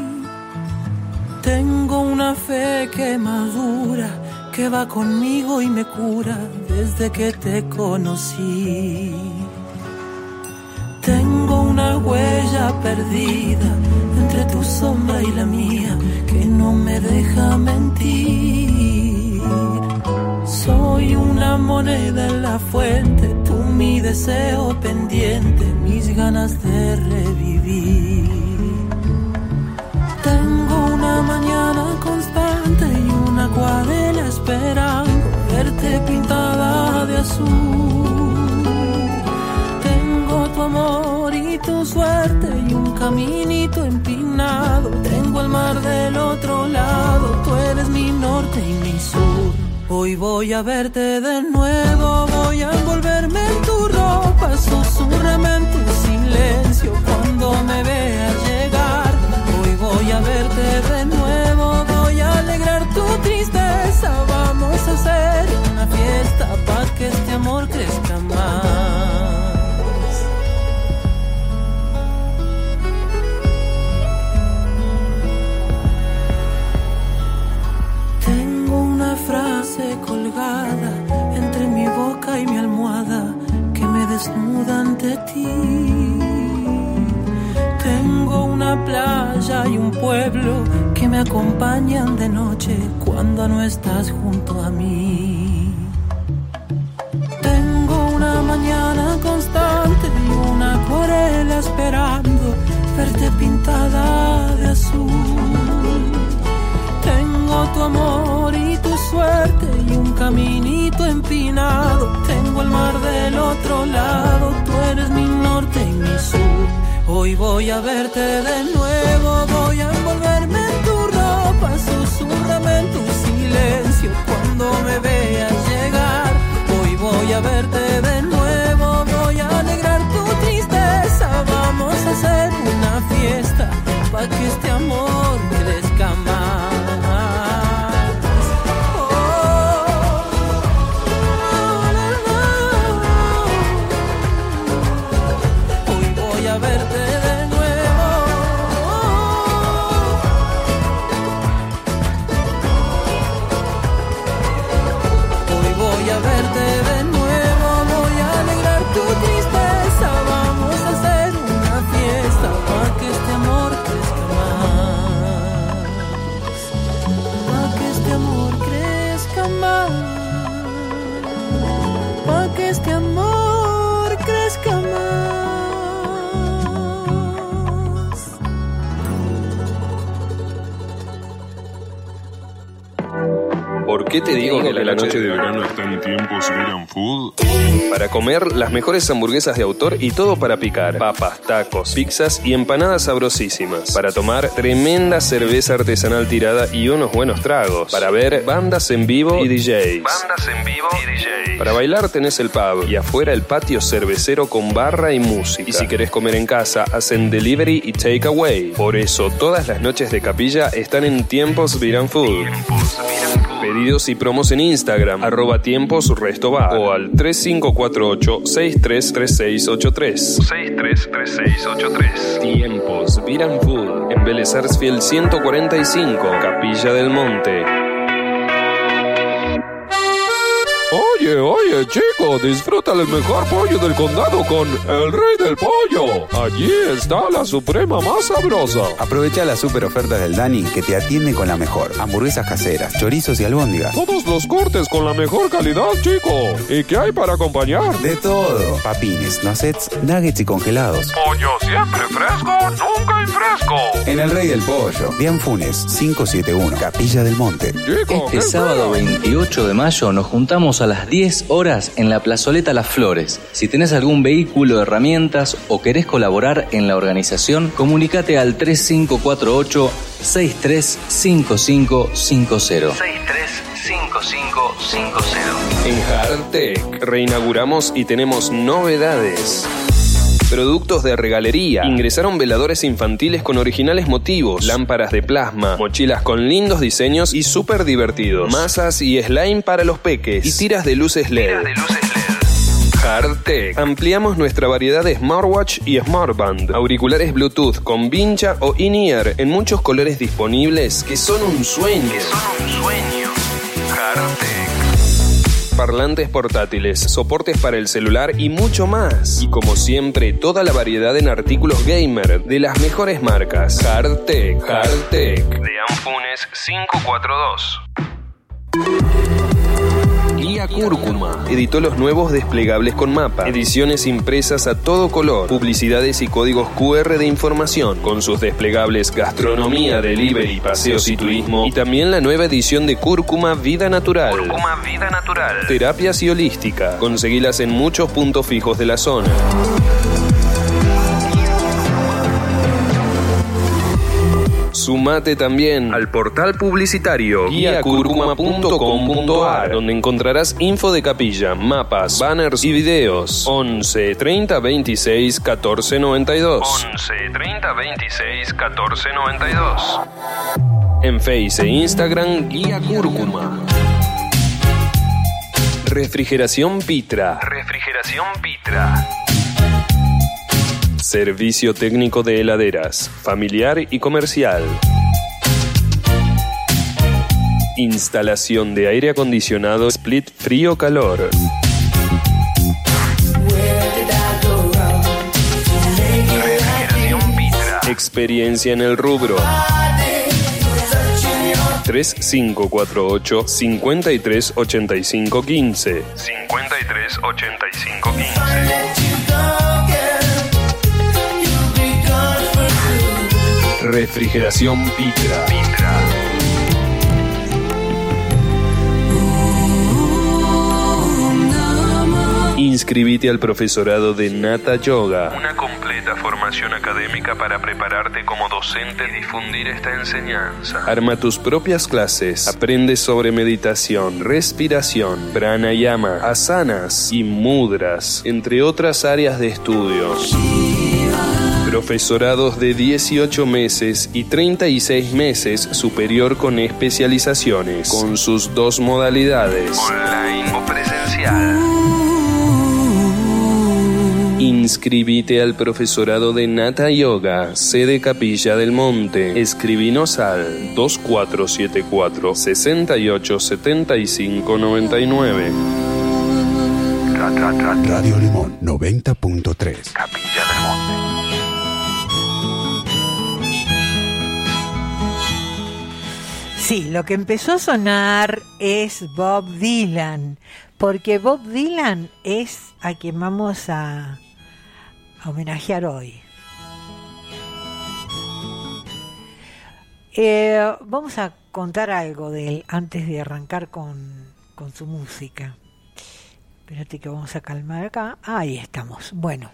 Tengo una fe que madura, que va conmigo y me cura desde que te conocí. Tengo una huella perdida entre tu sombra y la mía que no me deja mentir. Soy una moneda en la fuente, tú mi deseo pendiente, mis ganas de revivir. Tengo una mañana constante y una acuarela esperando verte pintada de azul. Tu amor y tu suerte y un caminito empinado. Tengo el mar del otro lado, tú eres mi norte y mi sur. Hoy voy a verte de nuevo, voy a envolverme en tu ropa, susúrrame en tu silencio cuando me veas llegar. Hoy voy a verte de nuevo, voy a alegrar tu tristeza. Vamos a hacer una fiesta para que este amor crezca más. Frase colgada entre mi boca y mi almohada que me desnuda ante ti. Tengo una playa y un pueblo que me acompañan de noche cuando no estás junto a mí. Tengo una mañana constante y una acuarela esperando verte pintada de azul. Tengo tu amor y tu suerte y un caminito empinado. Tengo el mar del otro lado, tú eres mi norte y mi sur. Hoy voy a verte de nuevo, voy a envolverme en tu ropa, susúrrame en tu silencio cuando me veas llegar. Hoy voy a verte de nuevo, voy a alegrar tu tristeza. Vamos a hacer una fiesta para que este amor crezca más. Verte de nuevo. qué te digo que la noche de verano está en Tiempos Vegan Food? Para comer las mejores hamburguesas de autor y todo para picar. Papas, tacos, pizzas y empanadas sabrosísimas. Para tomar tremenda cerveza artesanal tirada y unos buenos tragos. Para ver bandas en vivo y DJs. Para bailar tenés el pub y afuera el patio cervecero con barra y música. Y si querés comer en casa, hacen delivery y takeaway. Por eso todas las noches de Capilla están en Tiempos Vegan Food. Pedidos y promos en Instagram, @tiemposrestobar o al 3548-633683. 633683. Tiempos Vegan Food en Vélez Sarsfield 145, Capilla del Monte. Oye, chico, disfruta el mejor pollo del condado con el Rey del Pollo. Allí está la suprema más sabrosa. Aprovecha las super ofertas del Dani que te atiende con la mejor. Hamburguesas caseras, chorizos y albóndigas. Todos los cortes con la mejor calidad, chico. ¿Y qué hay para acompañar? De todo. Papines, nuggets, nuggets y congelados. Pollo siempre fresco, nunca infresco. En el Rey del Pollo, Dian Funes, 571, Capilla del Monte. Chico, este sábado 28 de mayo nos juntamos a las 10 horas en la plazoleta Las Flores. Si tenés algún vehículo, herramientas o querés colaborar en la organización, comunicate al 3548-635550. 635550. En Hardtech reinauguramos y tenemos novedades. Productos de regalería. Ingresaron veladores infantiles con originales motivos, lámparas de plasma, mochilas con lindos diseños y súper divertidos, masas y slime para los peques y tiras de luces LED. Hardtech. Ampliamos nuestra variedad de smartwatch y smartband, auriculares Bluetooth con vincha o in-ear en muchos colores disponibles que son un sueño. Hardtech. Parlantes portátiles, soportes para el celular y mucho más. Y como siempre, toda la variedad en artículos gamer de las mejores marcas. Hardtech. De Anfunes 542. Guía Cúrcuma. Editó los nuevos desplegables con mapa, ediciones impresas a todo color, publicidades y códigos QR de información, con sus desplegables gastronomía, delivery, paseos y turismo, y también la nueva edición de Cúrcuma Vida Natural. Terapias y holística. Conseguilas en muchos puntos fijos de la zona. Sumate también al portal publicitario guiacurcuma.com.ar, donde encontrarás info de Capilla, mapas, banners y videos. 11 30 26 14 92. 11 30 26 14 92. En Face e Instagram, Guía Cúrcuma. Refrigeración Pitra. Servicio técnico de heladeras, familiar y comercial. Instalación de aire acondicionado split frío-calor. Refrigeración Pitra. Experiencia en el rubro. 3548 53 85 15. 53 85 15. Refrigeración Pitra. Inscribite al profesorado de Nata Yoga. Una completa formación académica para prepararte como docente y difundir esta enseñanza. Arma tus propias clases. Aprende sobre meditación, respiración, pranayama, asanas y mudras, entre otras áreas de estudio. Profesorados de 18 meses y 36 meses superior con especializaciones, con sus dos modalidades, online o presencial. Inscribite al profesorado de Nata Yoga, sede Capilla del Monte. Escribinos al 2474 68 75 99. Radio Limón 90.3. Capilla del Monte. Sí, lo que empezó a sonar es Bob Dylan, porque Bob Dylan es a quien vamos a homenajear hoy. Vamos a contar algo de él antes de arrancar con su música. Espérate que vamos a calmar acá. Ahí estamos. Bueno,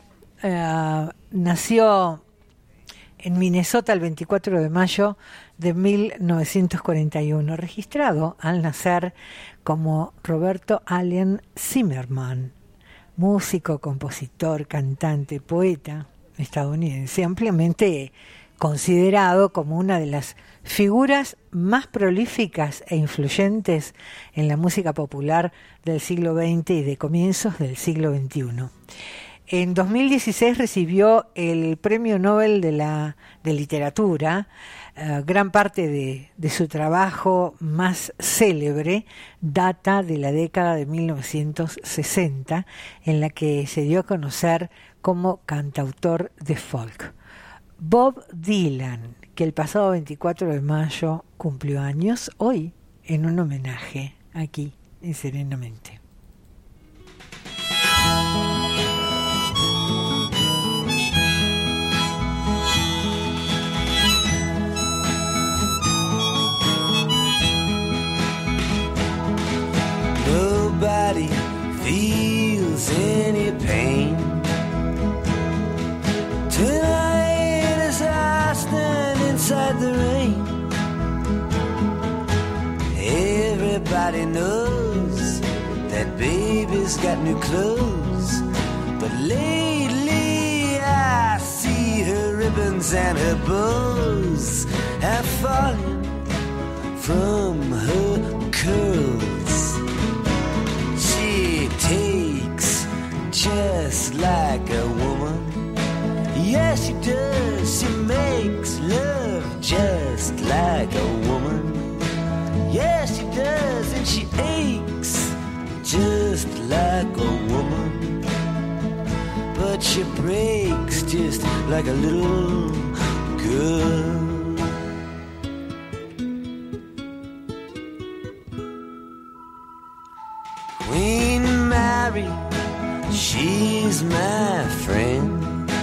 nació en Minnesota el 24 de mayo de 1941, registrado al nacer como Roberto Allen Zimmerman, músico, compositor, cantante, poeta estadounidense, ampliamente considerado como una de las figuras más prolíficas e influyentes en la música popular del siglo XX y de comienzos del siglo XXI. En 2016 recibió el Premio Nobel de Literatura. Gran parte de su trabajo más célebre data de la década de 1960, en la que se dio a conocer como cantautor de folk. Bob Dylan, que el pasado 24 de mayo cumplió años, hoy en un homenaje aquí en Serenamente. Nobody feels any pain tonight as I stand inside the rain. Everybody knows that baby's got new clothes, but lately I see her ribbons and her bows have fallen from her curls. She takes just like a woman. Yes, she does. She makes love just like a woman. Yes, she does. And she aches just like a woman. But she breaks just like a little girl. Queen Mary, she's my friend.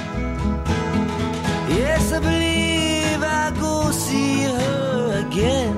Yes, I believe I'll go see her again.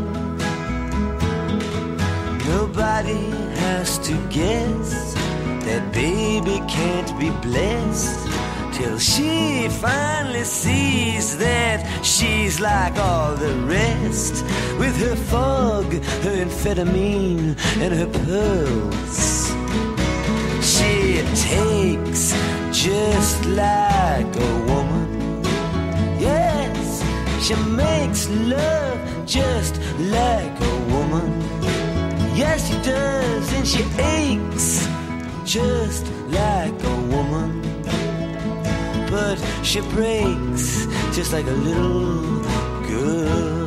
Nobody has to guess that baby can't be blessed till she finally sees that she's like all the rest, with her fog, her amphetamine, and her pearls. She takes just like a woman. Yes, she makes love just like a woman. Yes, she does, and she aches just like a woman. But she breaks just like a little girl.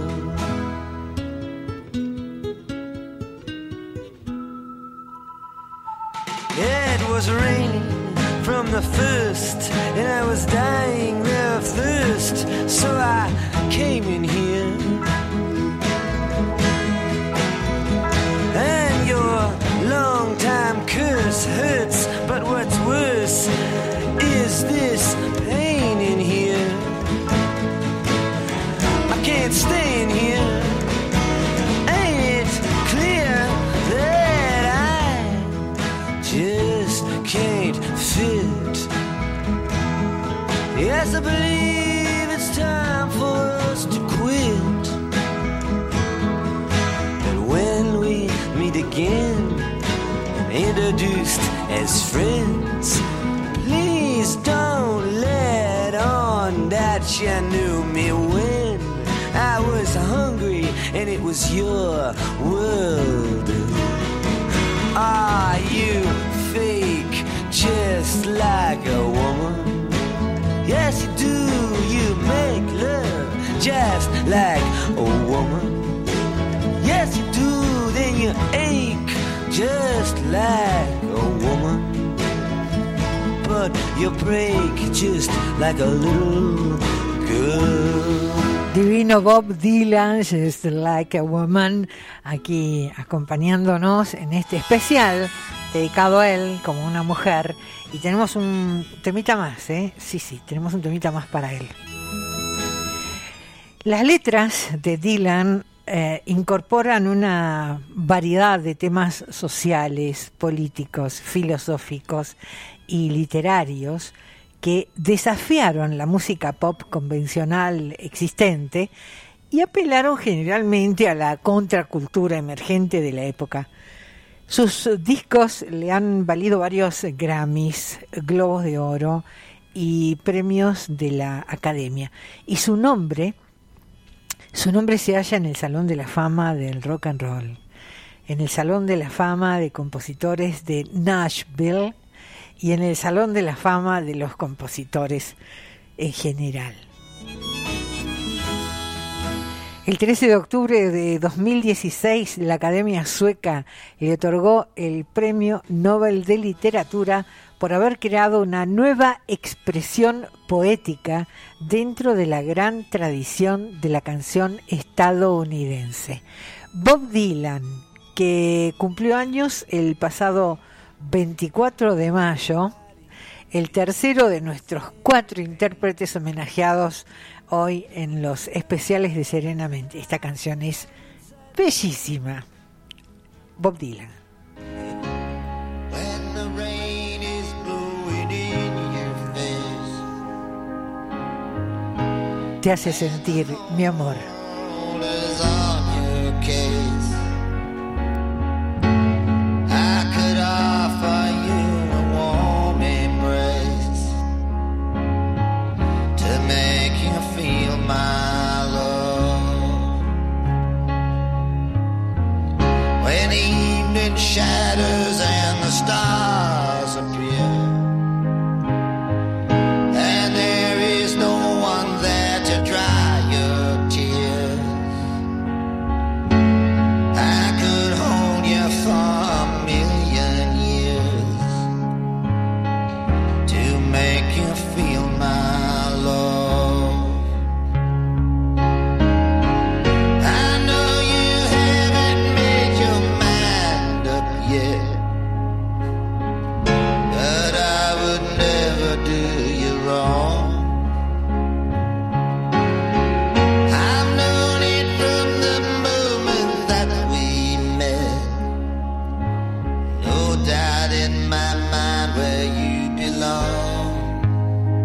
It was raining from the first, and I was dying of thirst, so I came in here. And your long-time curse hurts, but what's worse is this pain in here. I can't stay in here. Ain't it clear that I just can't fit? Yes, I believe it's time for us to quit. But when we meet again, introduced as friends, please don't let on that you knew me when I was hungry and it was your world. Are you fake just like a woman? Yes, you do. You make love just like a woman. Yes, you do. Then you ache just like a woman. But you break just like a little girl. Divino Bob Dylan, Just Like a Woman, aquí acompañándonos en este especial dedicado a él como una mujer. Y tenemos un temita más, ¿eh? Sí, tenemos un temita más para él. Las letras de Dylan incorporan una variedad de temas sociales, políticos, filosóficos y literarios que desafiaron la música pop convencional existente y apelaron generalmente a la contracultura emergente de la época. Sus discos le han valido varios Grammys, Globos de Oro y premios de la Academia. Y su nombre se halla en el Salón de la Fama del Rock and Roll, en el Salón de la Fama de Compositores de Nashville y en el Salón de la Fama de los Compositores en general. El 13 de octubre de 2016, la Academia Sueca le otorgó el Premio Nobel de Literatura por haber creado una nueva expresión poética dentro de la gran tradición de la canción estadounidense. Bob Dylan, que cumplió años el pasado 24 de mayo, el tercero de nuestros 4 intérpretes homenajeados hoy en los especiales de Serenamente. Esta canción es bellísima. Bob Dylan. Te hace sentir, mi amor. Shadows and the stars appear, and there is no one there to dry your tears. I could hold you for a million years to make you feel my love. I know you haven't made your mind up yet, but I would never do you wrong. I've known it from the moment that we met. No doubt in my mind where you belong.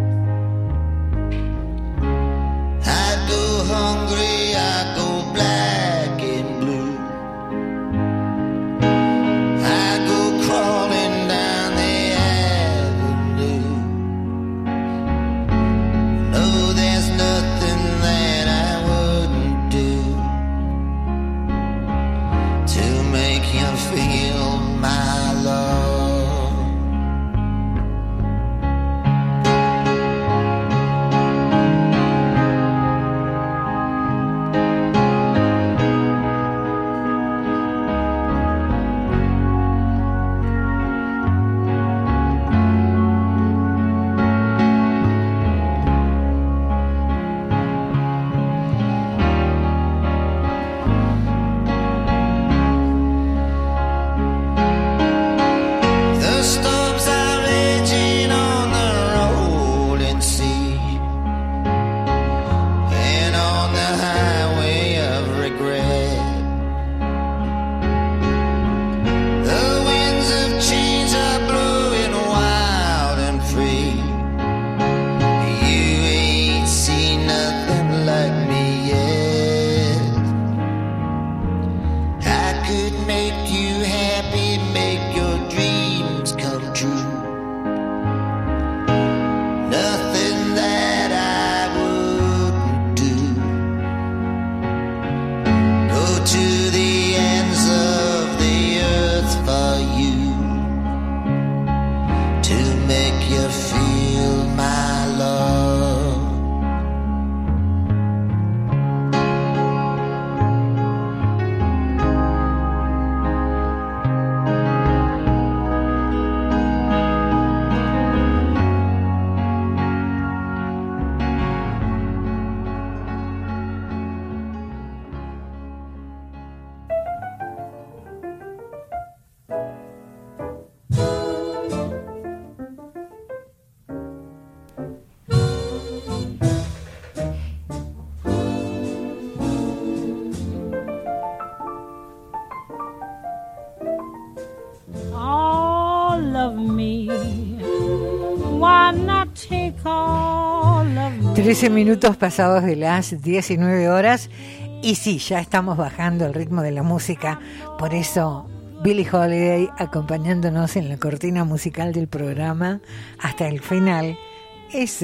take all of me. 13 minutos pasados de las 19 horas. Y sí, ya estamos bajando el ritmo de la música. Por eso Billie Holiday acompañándonos en la cortina musical del programa hasta el final es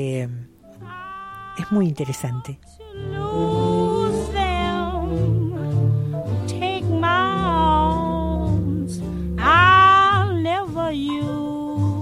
muy interesante. Lose them, take my arms, I'll never you.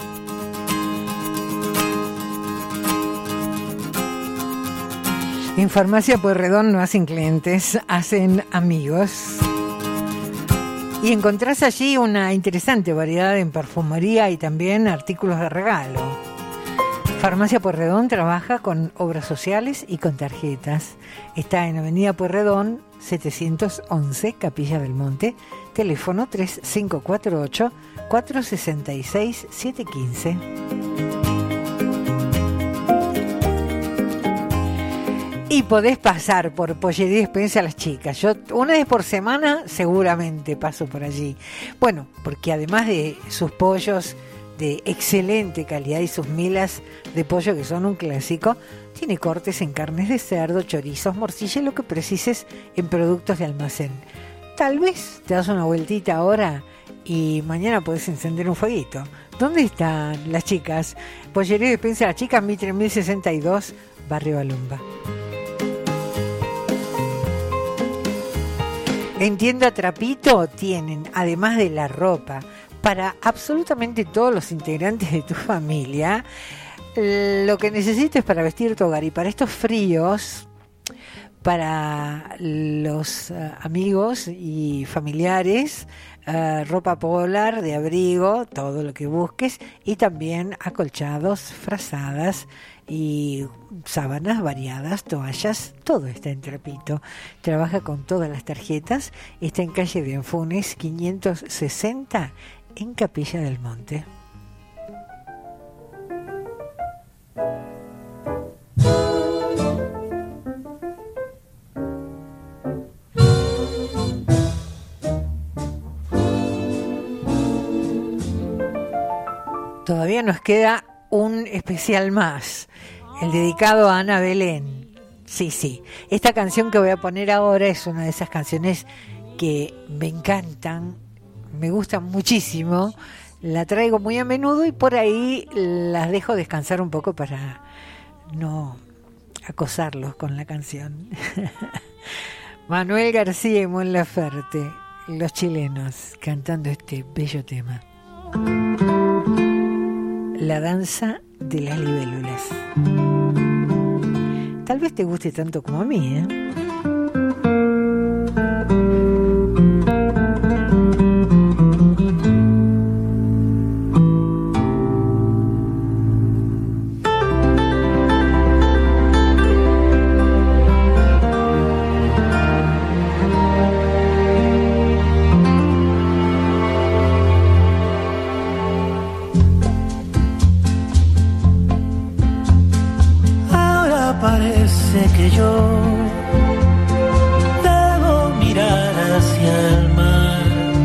En Farmacia Pueyrredón no hacen clientes, hacen amigos. Y encontrás allí una interesante variedad en perfumería y también artículos de regalo. Farmacia Pueyrredón trabaja con obras sociales y con tarjetas. Está en Avenida Pueyrredón, 711, Capilla del Monte. Teléfono 3548-466-715. Y podés pasar por Pollería Spencer a las chicas. Yo una vez por semana seguramente paso por allí. Bueno, porque además de sus pollos de excelente calidad y sus milas de pollo que son un clásico, tiene cortes en carnes de cerdo, chorizos, morcilla y lo que precises en productos de almacén. Tal vez te das una vueltita ahora y mañana podés encender un fueguito. ¿Dónde están las chicas? Pollería Spencer a las chicas, Mitre 1062, Barrio Balumba. En Tienda Trapito tienen, además de la ropa, para absolutamente todos los integrantes de tu familia, lo que necesites para vestir tu hogar. Y para estos fríos, para los amigos y familiares, ropa polar, de abrigo, todo lo que busques, y también acolchados, frazadas y sábanas variadas, toallas, todo está en Trapito. Trabaja con todas las tarjetas, está en calle de Anfunes 560 en Capilla del Monte. Todavía nos queda un especial más, el dedicado a Ana Belén. Sí, esta canción que voy a poner ahora es una de esas canciones que me encantan, me gustan muchísimo, la traigo muy a menudo y por ahí las dejo descansar un poco para no acosarlos con la canción. Manuel García y Mon Laferte, los chilenos, cantando este bello tema. La danza de las libélulas. Tal vez te guste tanto como a mí, ¿eh? Parece que yo debo mirar hacia el mar,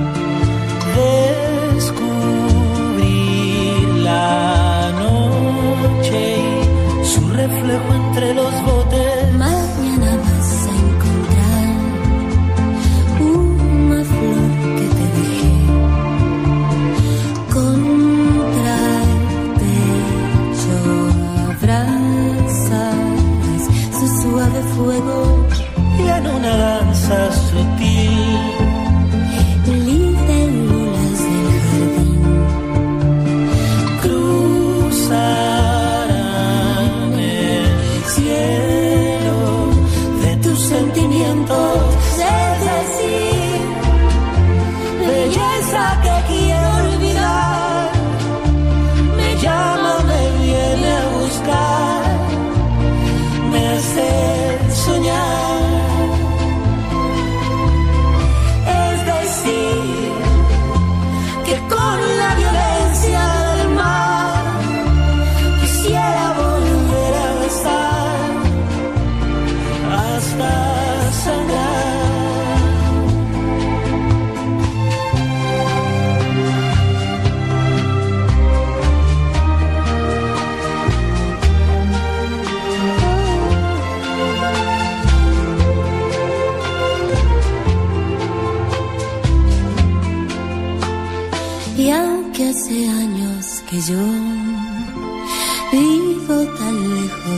descubrir la noche y su reflejo entre los botes. Mañana vas a encontrar una flor que te dejé contra el pecho, abrazar suave fuego y en una danza sutil libélulas del jardín cruzarán el cielo.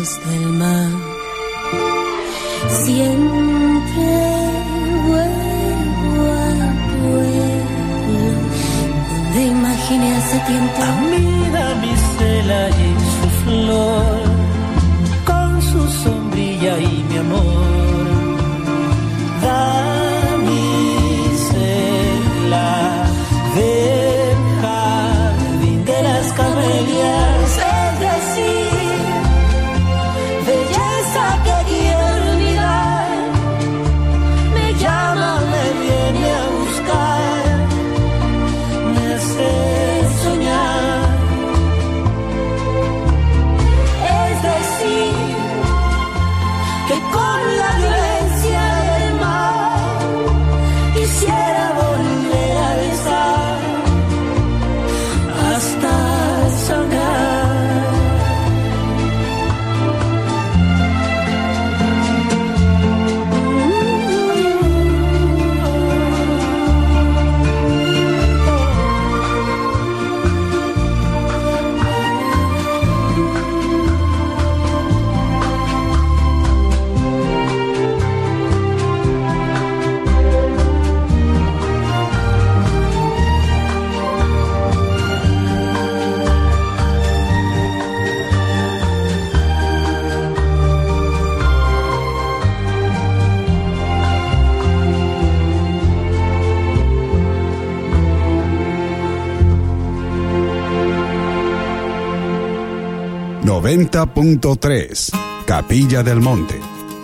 lejos del mar. Siempre vuelvo al pueblo donde imaginé hace tiempo a mi damisela y su flor, con su sombrilla y mi amor. Damisela del jardín de las camelias, es decir, belleza que quiero olvidar, me llama, me viene a buscar, me hace soñar, es decir, que con la violencia del mar quisiera volver a besar hasta sangrar. .3 Capilla del Monte.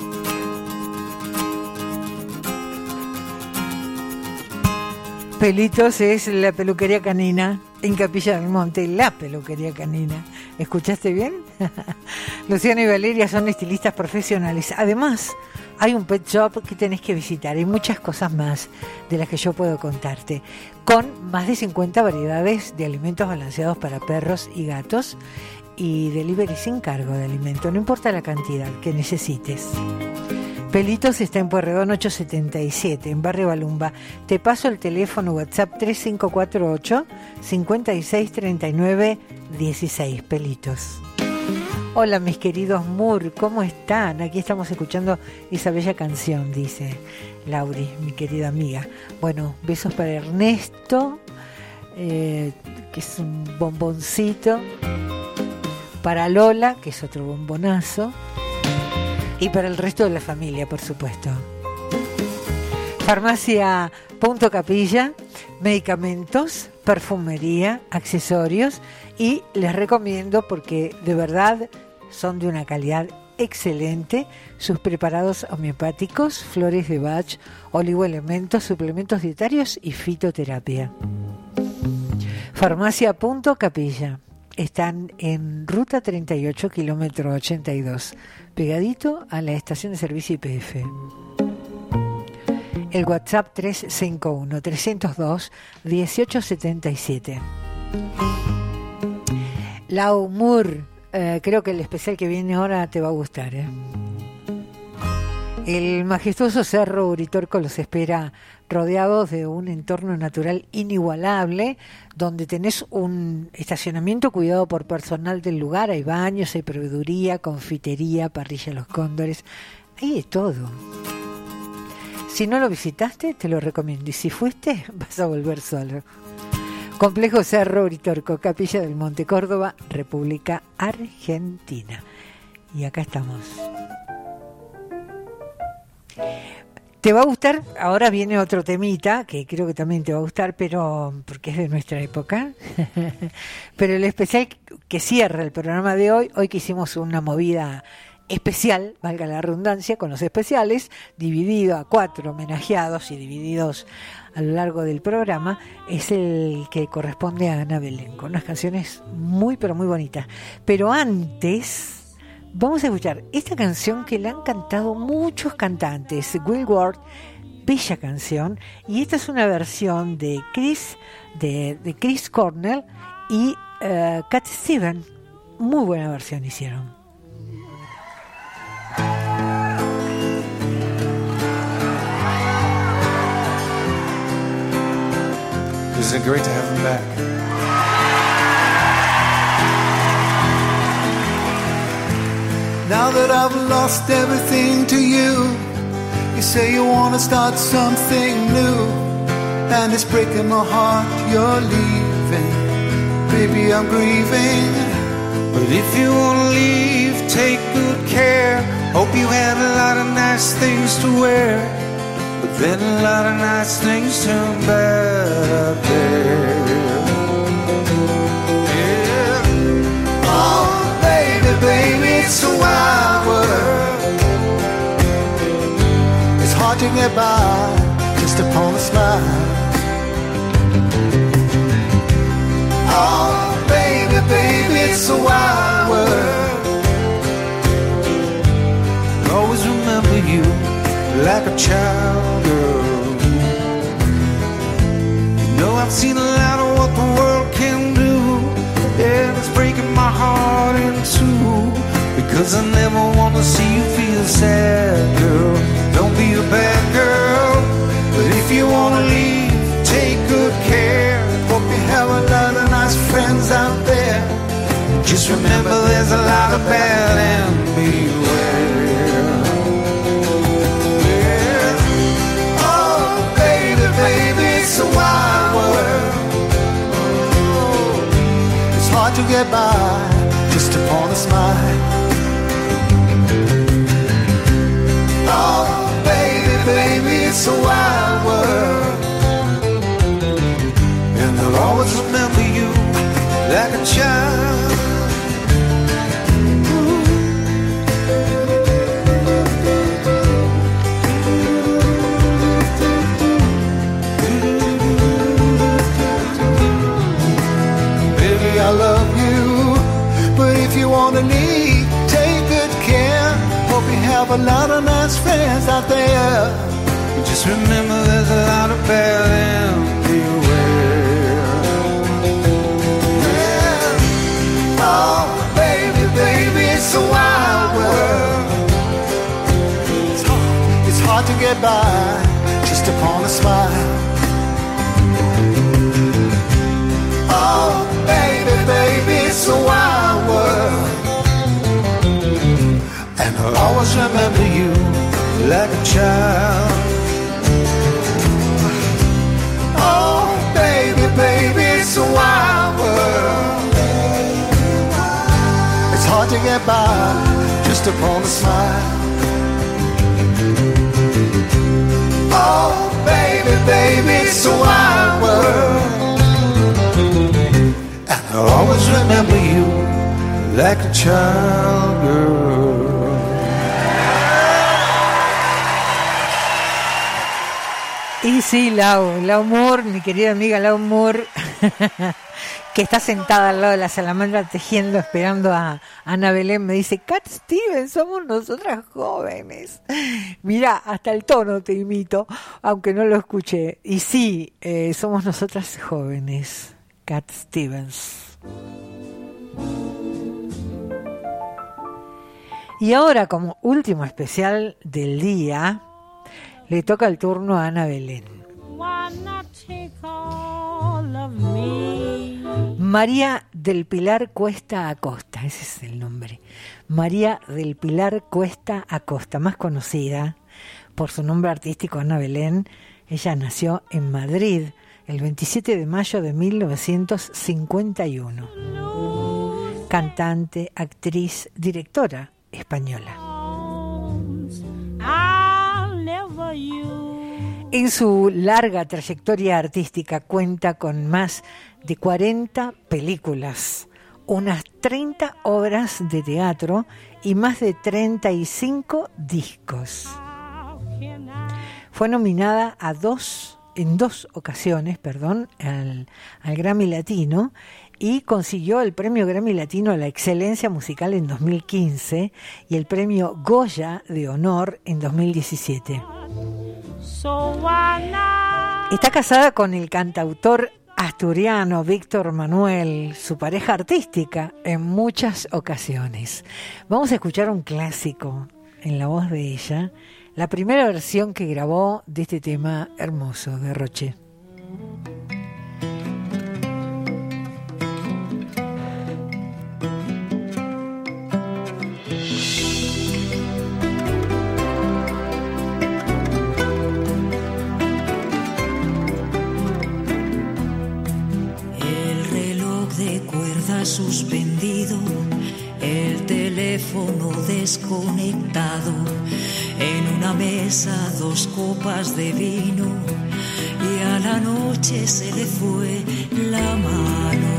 Pelitos es la peluquería canina en Capilla del Monte, la peluquería canina. ¿Escuchaste bien? Luciano y Valeria son estilistas profesionales. Además, hay un pet shop que tenés que visitar. Hay muchas cosas más de las que yo puedo contarte. Con más de 50 variedades de alimentos balanceados para perros y gatos y delivery sin cargo de alimento. No importa la cantidad que necesites. Pelitos está en Pueyrredón 877, en Barrio Balumba. Te paso el teléfono WhatsApp 3548 5639 16. Pelitos. Hola mis queridos Moore, ¿cómo están? Aquí estamos escuchando esa bella canción, dice Lauri, mi querida amiga. Bueno, besos para Ernesto, que es un bomboncito. Para Lola, que es otro bombonazo. Y para el resto de la familia, por supuesto. Farmacia Punto Capilla, medicamentos, perfumería, accesorios. Y les recomiendo, porque de verdad son de una calidad excelente, sus preparados homeopáticos, flores de Bach, oligoelementos, suplementos dietarios y fitoterapia. Farmacia Punto Capilla. Están en Ruta 38, kilómetro 82, pegadito a la estación de servicio YPF. El WhatsApp 351-302-1877. Lau Moore, creo que el especial que viene ahora te va a gustar. El majestuoso Cerro Uritorco los espera rodeados de un entorno natural inigualable, donde tenés un estacionamiento cuidado por personal del lugar, hay baños, hay proveeduría, confitería, parrilla Los Cóndores, hay de todo. Si no lo visitaste, te lo recomiendo, y si fuiste, vas a volver solo. Complejo Cerro Uritorco, Capilla del Monte, Córdoba, República Argentina. Y acá estamos. Te va a gustar, ahora viene otro temita, que creo que también te va a gustar, pero porque es de nuestra época. Pero el especial que cierra el programa de hoy que hicimos una movida especial, valga la redundancia, con los especiales, dividido a 4 homenajeados y divididos a lo largo del programa, es el que corresponde a Ana Belén, con unas canciones muy, pero muy bonitas. Pero antes vamos a escuchar esta canción que la han cantado muchos cantantes, Will Ward, bella canción, y esta es una versión de Chris Cornell y Cat Stevens, muy buena versión hicieron. Isn't it great to have him back? Now that I've lost everything to you, you say you wanna start something new, and it's breaking my heart you're leaving. Baby, I'm grieving. But if you wanna leave, take good care. Hope you had a lot of nice things to wear, but then a lot of nice things turn bad out there. Yeah. Oh, baby, baby, it's a wild world. It's hard to get by just upon a smile. Oh, baby, baby, it's a wild world. I'll always remember you like a child, girl. You know I've seen a lot of what the world can do, and it's breaking my heart in two, because I never want to see you feel sad, girl. Don't be a bad girl, but if you want to leave, take good care. Hope you have a lot of nice friends out there. Just remember there's a lot of bad and beware. Yeah. Oh, baby, baby, it's a wild world. Oh, it's hard to get by just upon a smile. Oh, baby, baby, it's a wild world. And I'll always remember you like a child. Baby, I love you, but if you wanna leave, take good care. Hope you have a lot of nice friends out there. Just remember there's a lot of bad and beware. Yeah. Oh, baby, baby, it's a wild world. It's hard to get by just upon a smile. Oh, baby, baby, it's a wild world. And I'll always remember you like a child. Oh, baby, baby, it's a wild world. It's hard to get by just upon a smile. Oh, baby, baby, it's a wild world. And I'll always remember you like a child, girl. Y sí, Lau Moore, mi querida amiga Lau Moore, que está sentada al lado de la salamandra tejiendo, esperando a Ana Belén, me dice: Cat Stevens, somos nosotras jóvenes. Mira, hasta el tono te imito, aunque no lo escuché. Y sí, somos nosotras jóvenes, Cat Stevens. Y ahora, como último especial del día, le toca el turno a Ana Belén. María del Pilar Cuesta Acosta, ese es el nombre. María del Pilar Cuesta Acosta, más conocida por su nombre artístico Ana Belén. Ella nació en Madrid el 27 de mayo de 1951. Cantante, actriz, directora española. En su larga trayectoria artística cuenta con más de 40 películas, unas 30 obras de teatro y más de 35 discos. Fue nominada en dos ocasiones al Grammy Latino y consiguió el premio Grammy Latino a la excelencia musical en 2015 y el premio Goya de honor en 2017. Está casada con el cantautor asturiano Víctor Manuel, su pareja artística en muchas ocasiones. Vamos a escuchar un clásico en la voz de ella, la primera versión que grabó de este tema hermoso de Roche. suspendido, el teléfono desconectado, en una mesa 2 copas de vino y a la noche se le fue la mano.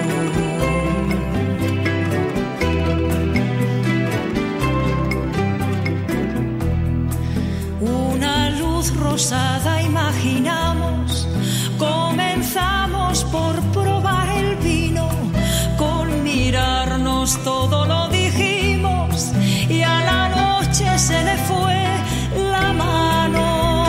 Una luz rosada imaginamos, comenzamos por probar el vino, con mirarnos todo lo dijimos y a la noche se le fue la mano.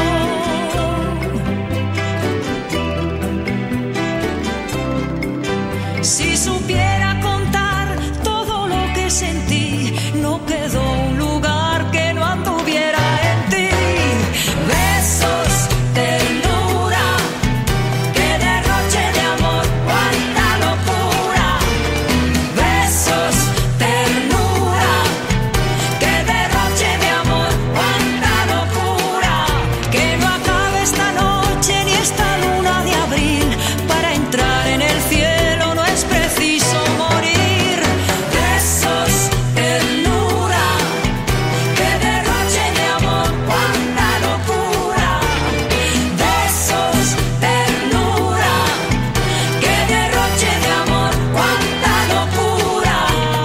Si supiera contar todo lo que sentí, no quedó un lugar que no anduviera en ti. Besos, ternura, que derroche de amor, cuánta locura. Besos, ternura, que derroche de amor, cuánta locura. Que no acabe esta noche ni esta luna de abril, para entrar en el cielo no es preciso morir. Besos, ternura, que derroche de amor, cuánta locura. Besos, ternura, que derroche de amor, cuánta locura.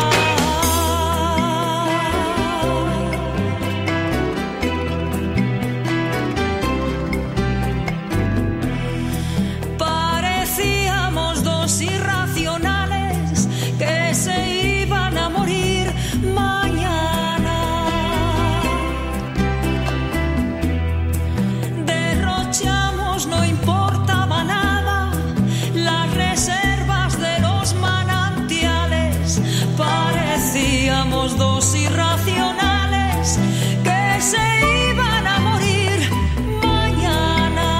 Parecíamos 2 irracionales que se iban a morir mañana. Derrochamos, no importaba nada, las reservas de los manantiales. Parecíamos 2 irracionales que se iban a morir mañana.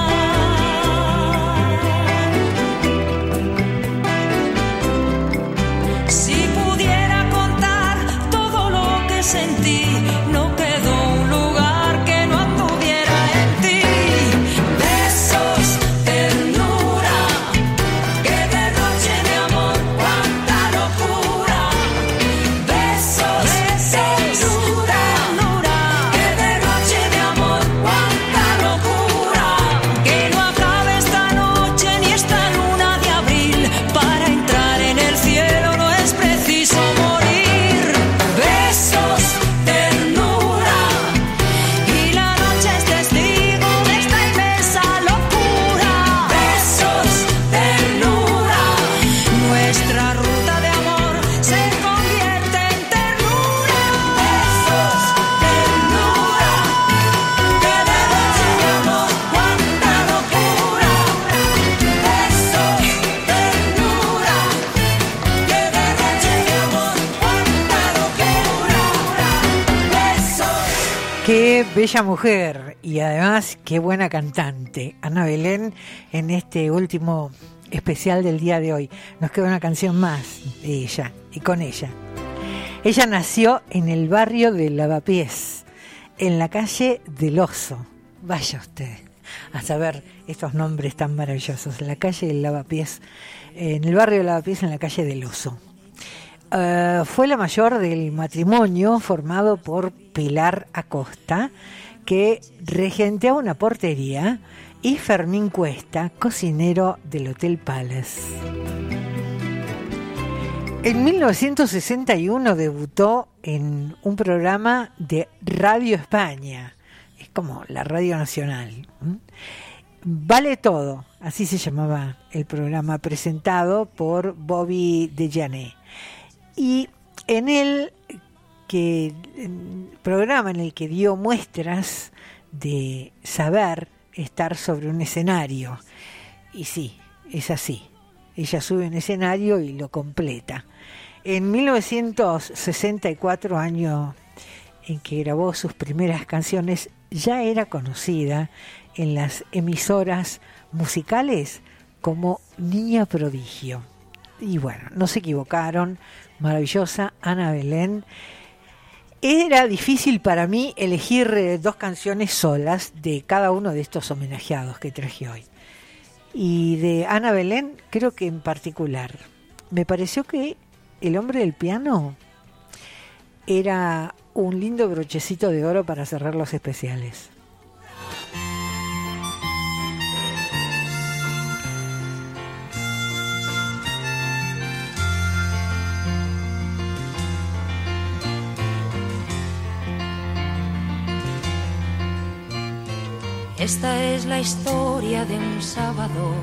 Si pudiera contar todo lo que sentí, no quedó un lugar que no anduviera en ti. Besos, ternura, que derroche de amor, cuánta locura. Besos, ternura, que derroche de amor, cuánta locura. Que no acabe esta noche ni esta luna de abril, para entrar en el cielo no es preciso morir. Besos, ternura, y la noche es testigo de esta inmensa locura. Besos, ternura, nuestra ruta de amor se convierte en ternura. Besos, ternura, que derroche de amor, cuánta locura. Besos, ternura, que derroche de amor, cuánta locura. Besos. Qué bella mujer y además qué buena cantante, Ana Belén, en este último especial del día de hoy. Nos queda una canción más de ella y con ella. Ella nació en el barrio de Lavapiés, en la calle del Oso. Vaya usted a saber estos nombres tan maravillosos. La calle del Lavapiés, en el barrio de Lavapiés, en la calle del Oso. Fue la mayor del matrimonio formado por Pilar Acosta, que regenteaba una portería, y Fermín Cuesta, cocinero del Hotel Palace. En 1961 debutó en un programa de Radio España, es como la Radio Nacional. Vale Todo, así se llamaba el programa, presentado por Bobby Dejané. Y en el programa en el que dio muestras de saber estar sobre un escenario. Y sí, es así. Ella sube un escenario y lo completa. En 1964, año en que grabó sus primeras canciones, ya era conocida en las emisoras musicales como Niña Prodigio. Y bueno, no se equivocaron, maravillosa Ana Belén. Era difícil para mí elegir 2 canciones solas de cada uno de estos homenajeados que traje hoy. Y de Ana Belén, creo que en particular, me pareció que el hombre del piano era un lindo brochecito de oro para cerrar los especiales. Esta es la historia de un sábado,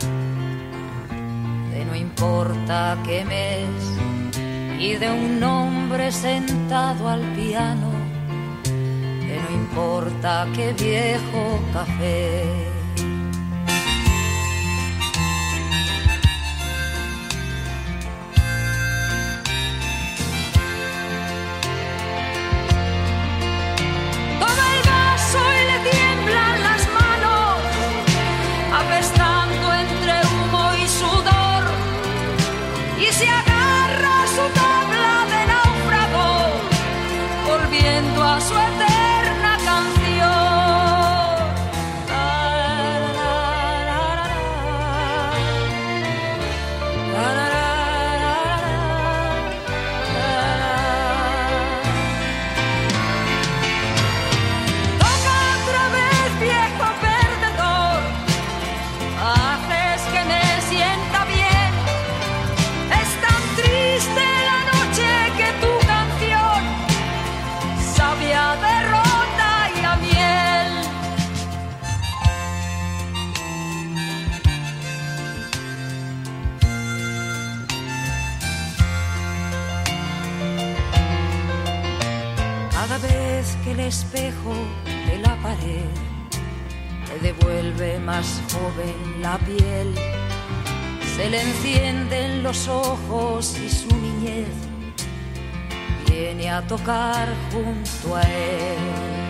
de no importa qué mes, y de un hombre sentado al piano, de no importa qué viejo café. Toma el vaso y le tiemblan las manos, apestando entre humo y sudor, y se agarra a su tabla de náufrago, volviendo a su eterna canción. Toca otra vez, viejo perdedor, haces que me sienta bien. Es tan triste la noche que tu canción sabe a derrota y a miel. Cada vez que el espejo de la pared le devuelve más joven la piel, se le encienden los ojos y su niñez viene a tocar junto a él.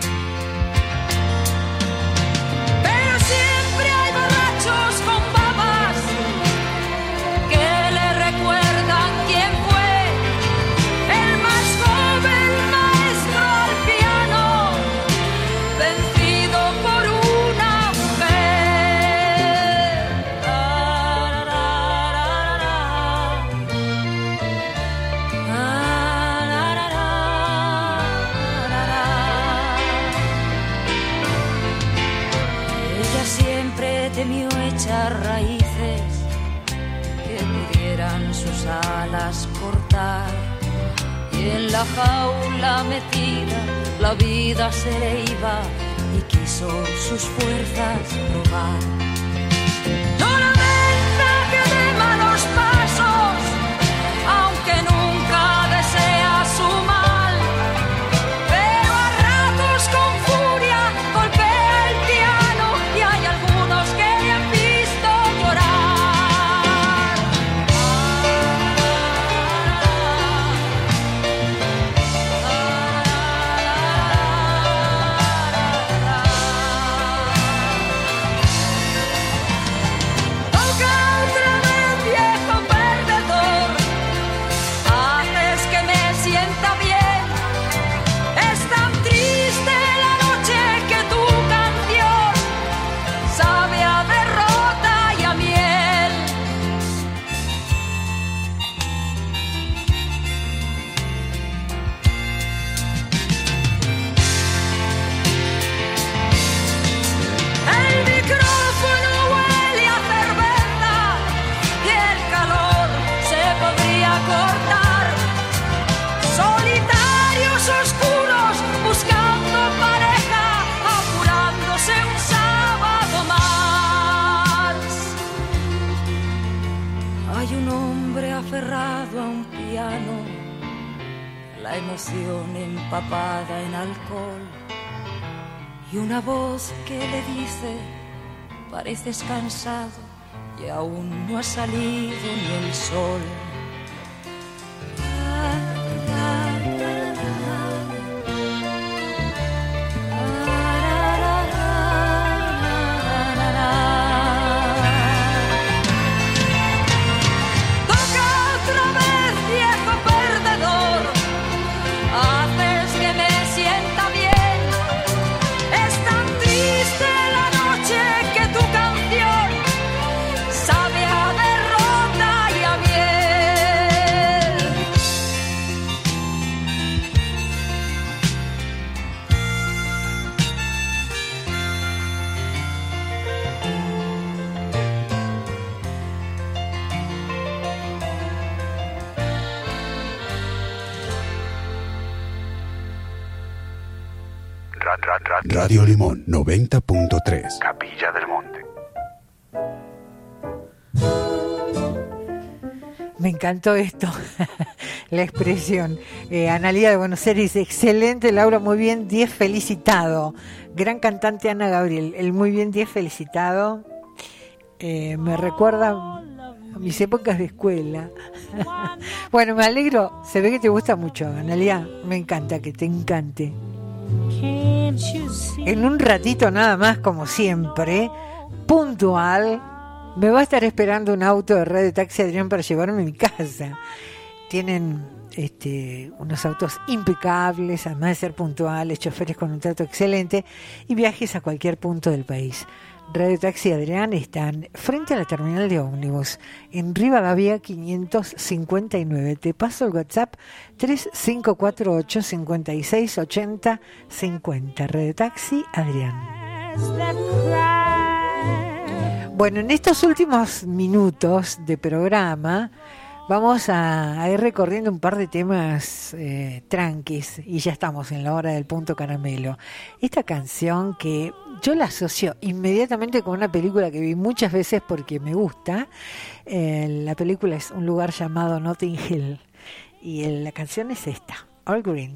Pero siempre hay borrachos con babas que le recuerdan quién fue el más joven maestro al piano, vencido por una mujer. Ella siempre temió echar raíces que pudieran sus alas cortar, y en la jaula metida la vida se le iba y quiso sus fuerzas probar. No lamenta que dé malos pasos, aunque nunca desea su mal, pero a ratos con furia golpea el piano y hay algunos que le han visto llorar. Toca otra vez, viejo perdedor, haces que me sienta bien. Es tan triste la noche que tu canción sabe a derrota y a miel. El micrófono huele a cerveza y el calor se podría cortar. Solitarios oscuros buscando pareja, apurándose un sábado más. Hay un hombre aferrado a un piano, la emoción empapada en alcohol, y una voz que le dice: pareces cansado y aún no ha salido ni el sol. Toca otra vez, viejo perdedor, haces que me sienta bien. Es tan triste la noche que tu canción sabe a derrota y a miel. Radio Limón 90.3. Capilla del Monte. Me encantó esto, la expresión. Analía de Buenos Aires, excelente, Laura, muy bien, 10 felicitado. Gran cantante Ana Gabriel, el muy bien, 10 felicitado. Me recuerda a mis épocas de escuela. Bueno, me alegro, se ve que te gusta mucho, Analía, me encanta, que te encante. En un ratito nada más, como siempre, puntual, me va a estar esperando un auto de Radio Taxi Adrián para llevarme a mi casa. Tienen unos autos impecables, además de ser puntuales, choferes con un trato excelente y viajes a cualquier punto del país. Radio Taxi Adrián están frente a la terminal de ómnibus en Rivadavia 559. Te paso el WhatsApp 3548 5680 50. Radio Taxi Adrián. Bueno, en estos últimos minutos de programa vamos a ir recorriendo un par de temas tranquis y ya estamos en la hora del punto caramelo. Esta canción que yo la asocio inmediatamente con una película que vi muchas veces porque me gusta. La película es Un lugar llamado Notting Hill y la canción es esta, All Green.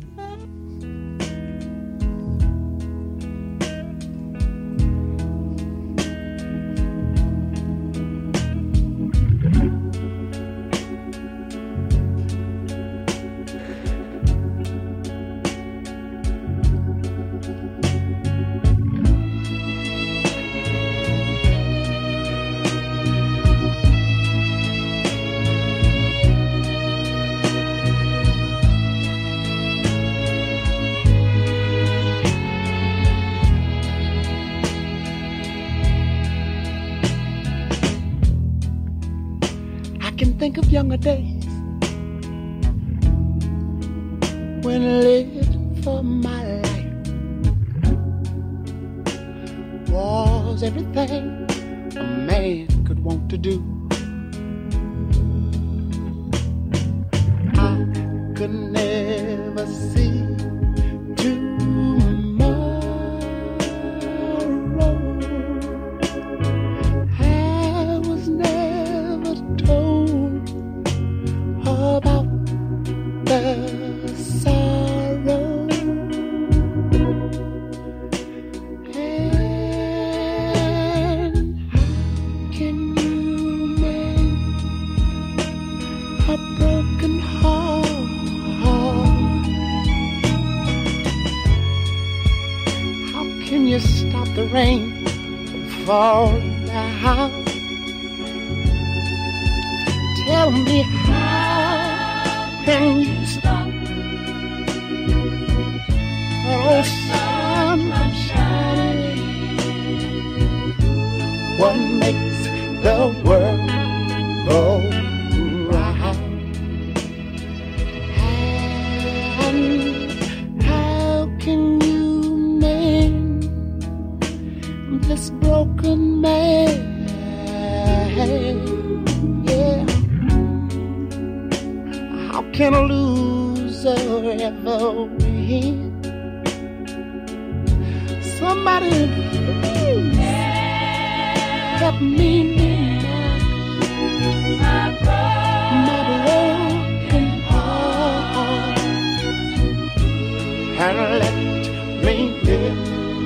Think of younger days when I lived for my life was everything a man could want to do. I could never see tomorrow. I was never told about the sorrow, and how can you mend a broken heart? How can you stop the rain from falling down? Tell me how can you stop oh sun from shining? What makes the world go round? And how can you mend this broken man? Yeah. How can a loser ever win? Somebody please help me mend my broken heart and let me live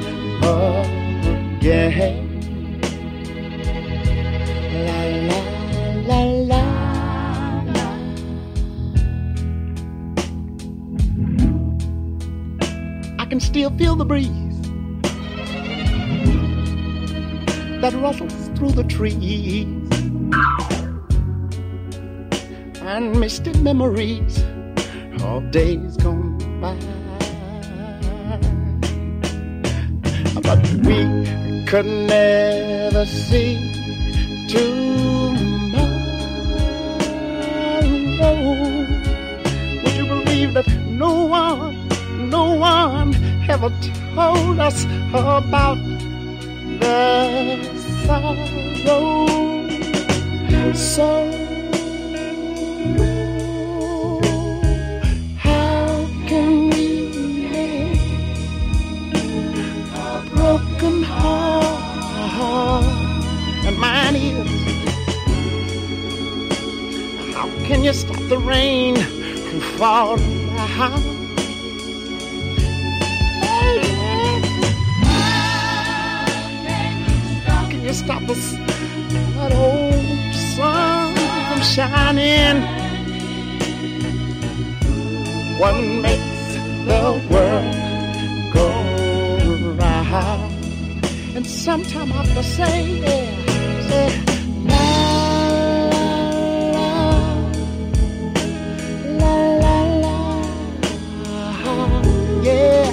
again. La la la la. I can still feel the breeze that rustles through the trees and misty memories of days gone by. But we could never see tomorrow. Would you believe that no one ever told us about the sorrow? So how can we live falling down. How can you stop us? That old sun from shining. What makes the world go round? And sometimes I have to say, yeah, say, yeah.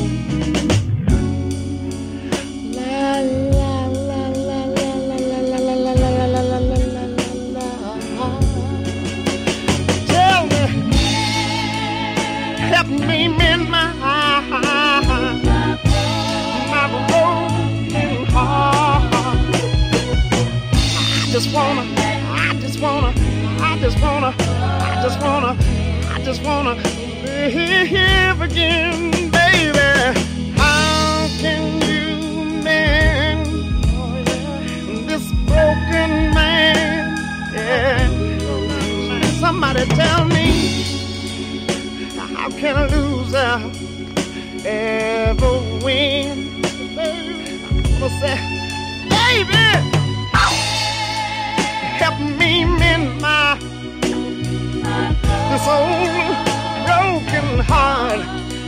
La la la la la la la la la la la la la. Tell me, help me mend my broken heart. I just wanna live again, baby. How can you mend this broken man? Yeah. Somebody tell me, how can a loser ever win? I'm gonna say, baby, help me mend this old broken heart.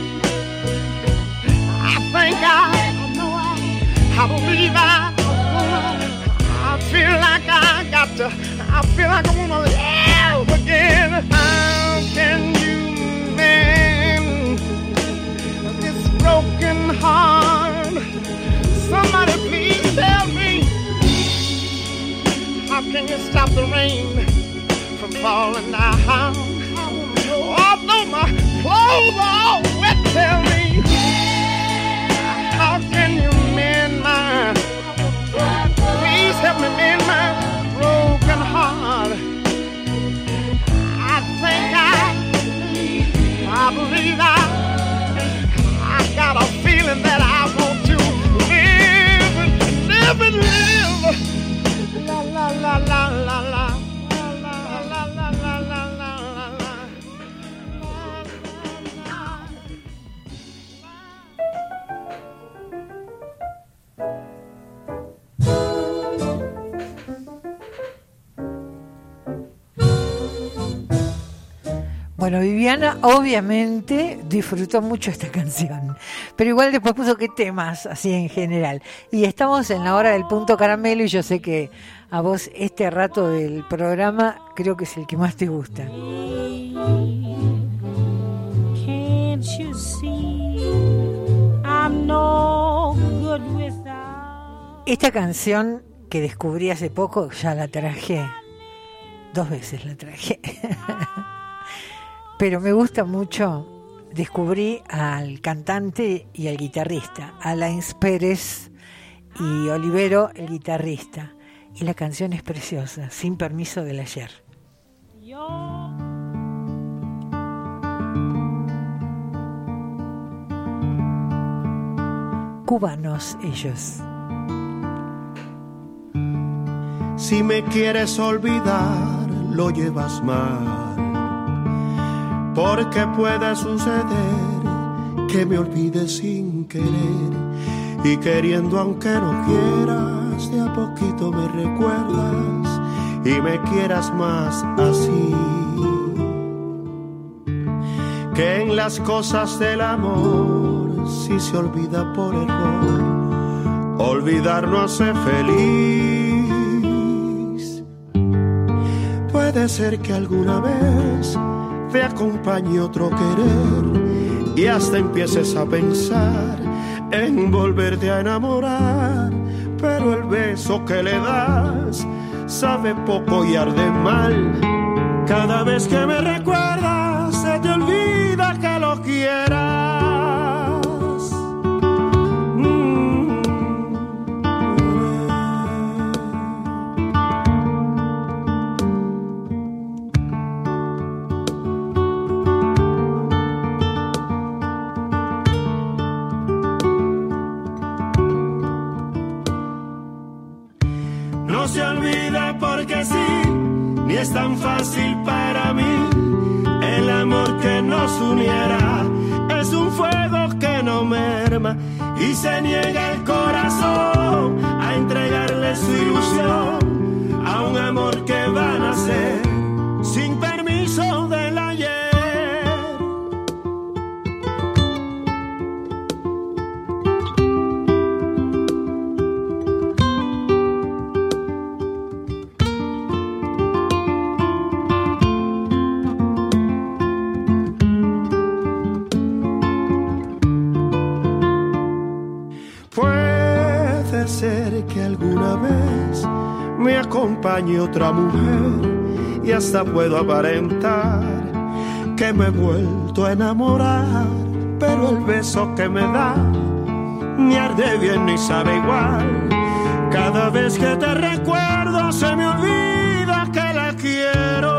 I believe I feel like I wanna live again. How can you mend this broken heart? Somebody please tell me, how can you stop the rain from falling down? Although my clothes are all wet, tell me, how can you mend my, please help me mend my broken heart. I believe I got a feeling that I want to live and live. La la la la la la. Bueno, Viviana obviamente disfrutó mucho esta canción, pero igual después puso qué temas, así en general. Y estamos en la hora del punto caramelo y yo sé que a vos este rato del programa creo que es el que más te gusta. Can't you see I'm no good without... Esta canción que descubrí hace poco, ya la traje, 2 veces la traje. Pero me gusta mucho, descubrí al cantante y al guitarrista, Alain Pérez y Olivero, el guitarrista. Y la canción es preciosa, Sin permiso del ayer. Cubanos ellos. Si me quieres olvidar, lo llevas mal. Porque puede suceder que me olvides sin querer, y queriendo aunque no quieras, de a poquito me recuerdas y me quieras más así. Que en las cosas del amor, si se olvida por error, olvidar no hace feliz. Puede ser que alguna vez te acompañe otro querer y hasta empieces a pensar en volverte a enamorar, pero el beso que le das sabe poco y arde mal. Cada vez que me recuerdas se te olvida que lo quieras. No se olvida porque sí, ni es tan fácil para mí el amor que nos uniera. Es un fuego que no merma y se niega el corazón a entregarle su ilusión a un amor que va a nacer sin permiso del ayer. Puede ser que alguna vez me acompañe otra mujer y hasta puedo aparentar que me he vuelto a enamorar, pero el beso que me da ni arde bien ni sabe igual. Cada vez que te recuerdo se me olvida que la quiero.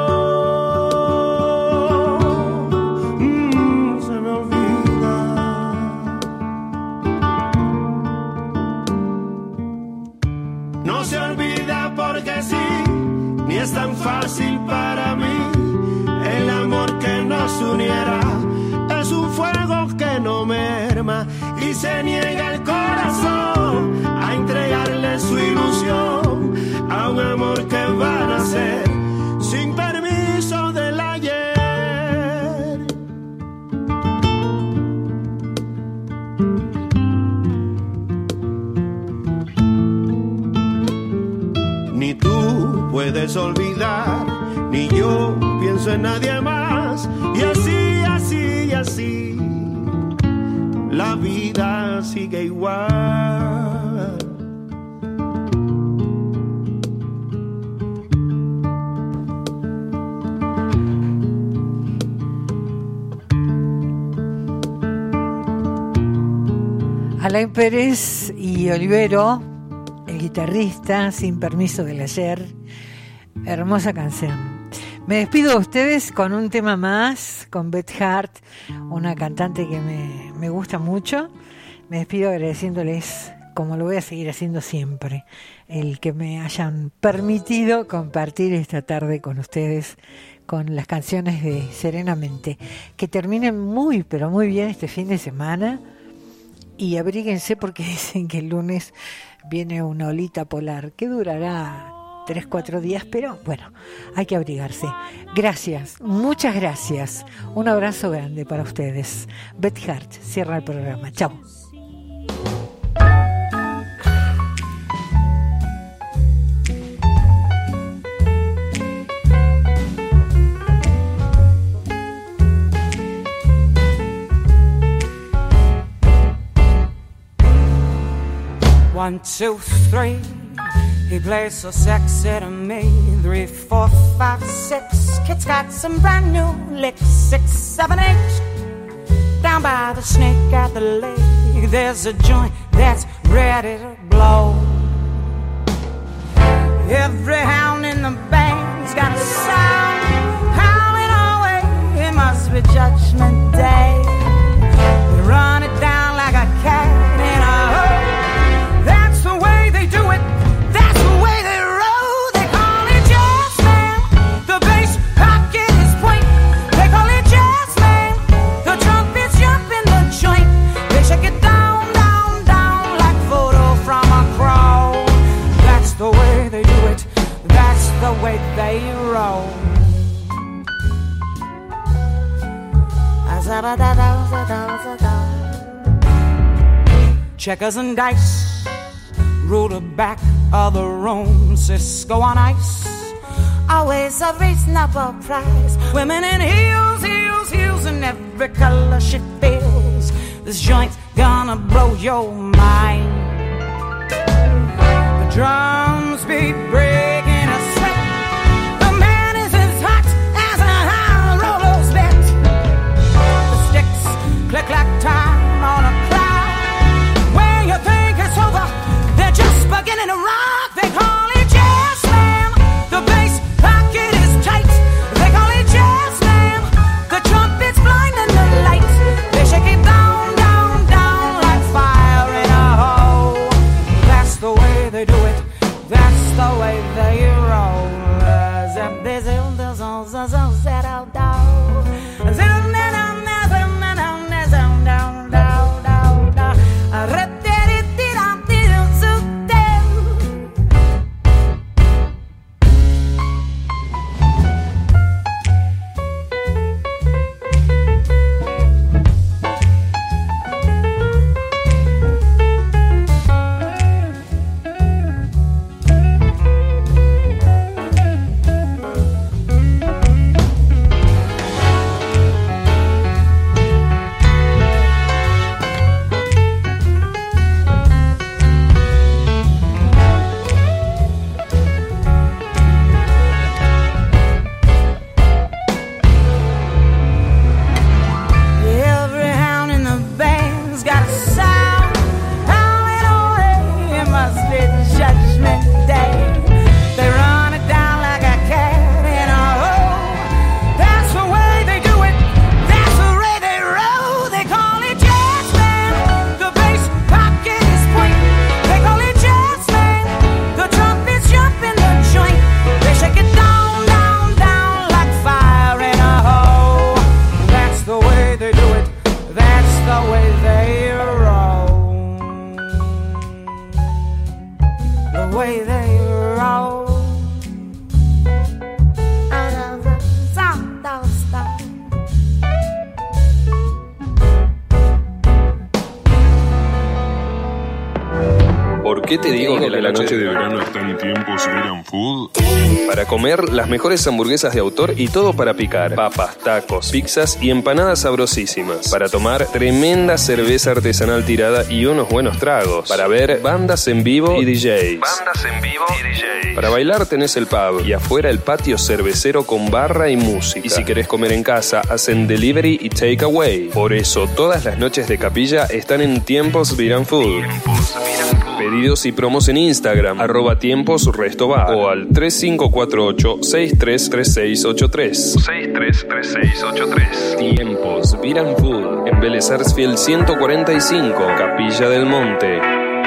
Se me olvida. No se olvida porque sí, ni es tan fácil para mí. El amor que nos uniera es un fuego que no merma y se niega el corazón a entregarle su ilusión a un amor que va a nacer sin permiso del ayer. Ni tú puedes olvidar, ni yo pienso en nadie más, y así, así, así, la vida sigue igual. Alain Pérez y Olivero, el guitarrista, Sin permiso del ayer. Hermosa canción. Me despido de ustedes con un tema más, con Beth Hart, una cantante que me gusta mucho. Me despido agradeciéndoles, como lo voy a seguir haciendo siempre, el que me hayan permitido compartir esta tarde con ustedes con las canciones de Serenamente. Que terminen muy, pero muy bien este fin de semana y abríguense porque dicen que el lunes viene una olita polar que durará 3-4 días, pero bueno, hay que abrigarse. Gracias, muchas gracias. Un abrazo grande para ustedes. Beth Hart cierra el programa. Chao. One, two, three. He plays so sexy to me. 3, 4, 5, 6. Kid's got some brand new licks. 6, 7, 8. Down by the snake at the lake, there's a joint that's ready to blow. Every hound in the band's got a sound howling away. It must be Judgment Day. They run it down like a cat in a hole. That's the way they do it. That's the way they roll. They call it jazz, man. The bass pocket is point. They call it jazz, man. The trumpets jump in the joint. They shake it down, down, down like photo from a crowd. That's the way they do it. That's the way they roll. Checkers and dice rule the back of the room. Cisco on ice, always a reasonable price. Women in heels, heels, heels, in every color she feels. This joint's gonna blow your mind. The drums beat breaking a sweat. The man is as hot as a high roller's bet. The sticks click like time on a cloud. When you think it's over, they're just beginning to rock. They call it jazz, man. The bass pocket is tight. They call it jazz, man. The trumpets blinding the lights. They shake it down, down, down like fire in a hole. That's the way they do it. That's the way they roll. Zip, zip, zip, zip, zip, zip, zip, zip, zip, zip, zip, sound, howling away. It must be Judgment Day. They run it down like a cat in a hole. That's the way they do it. That's the way they roll. They call it jazz band. The bass pocket is point. They call it jazz band. The trumpets jump in the joint. They shake it down, down, down like fire in a hole. That's the way they do it. That's the way they roll. The way they roll. Out of the sound of stuff. ¿Por qué te digo que la noche de verano está en tiempos Vegan Food? Para comer las mejores hamburguesas de autor y todo para picar. Papas, tacos, pizzas y empanadas sabrosísimas. Para tomar tremenda cerveza artesanal tirada y unos buenos tragos. Para ver bandas en vivo y DJs. Para bailar tenés el pub y afuera el patio cervecero con barra y música. Y si querés comer en casa, hacen delivery y takeaway. Por eso todas las noches de capilla están en tiempos Vegan Food. Pedidos y promos en Instagram, @tiemposrestobar o al 3548-633683. 633683. Tiempos Vegan Food en Vélez Sarsfield 145, Capilla del Monte.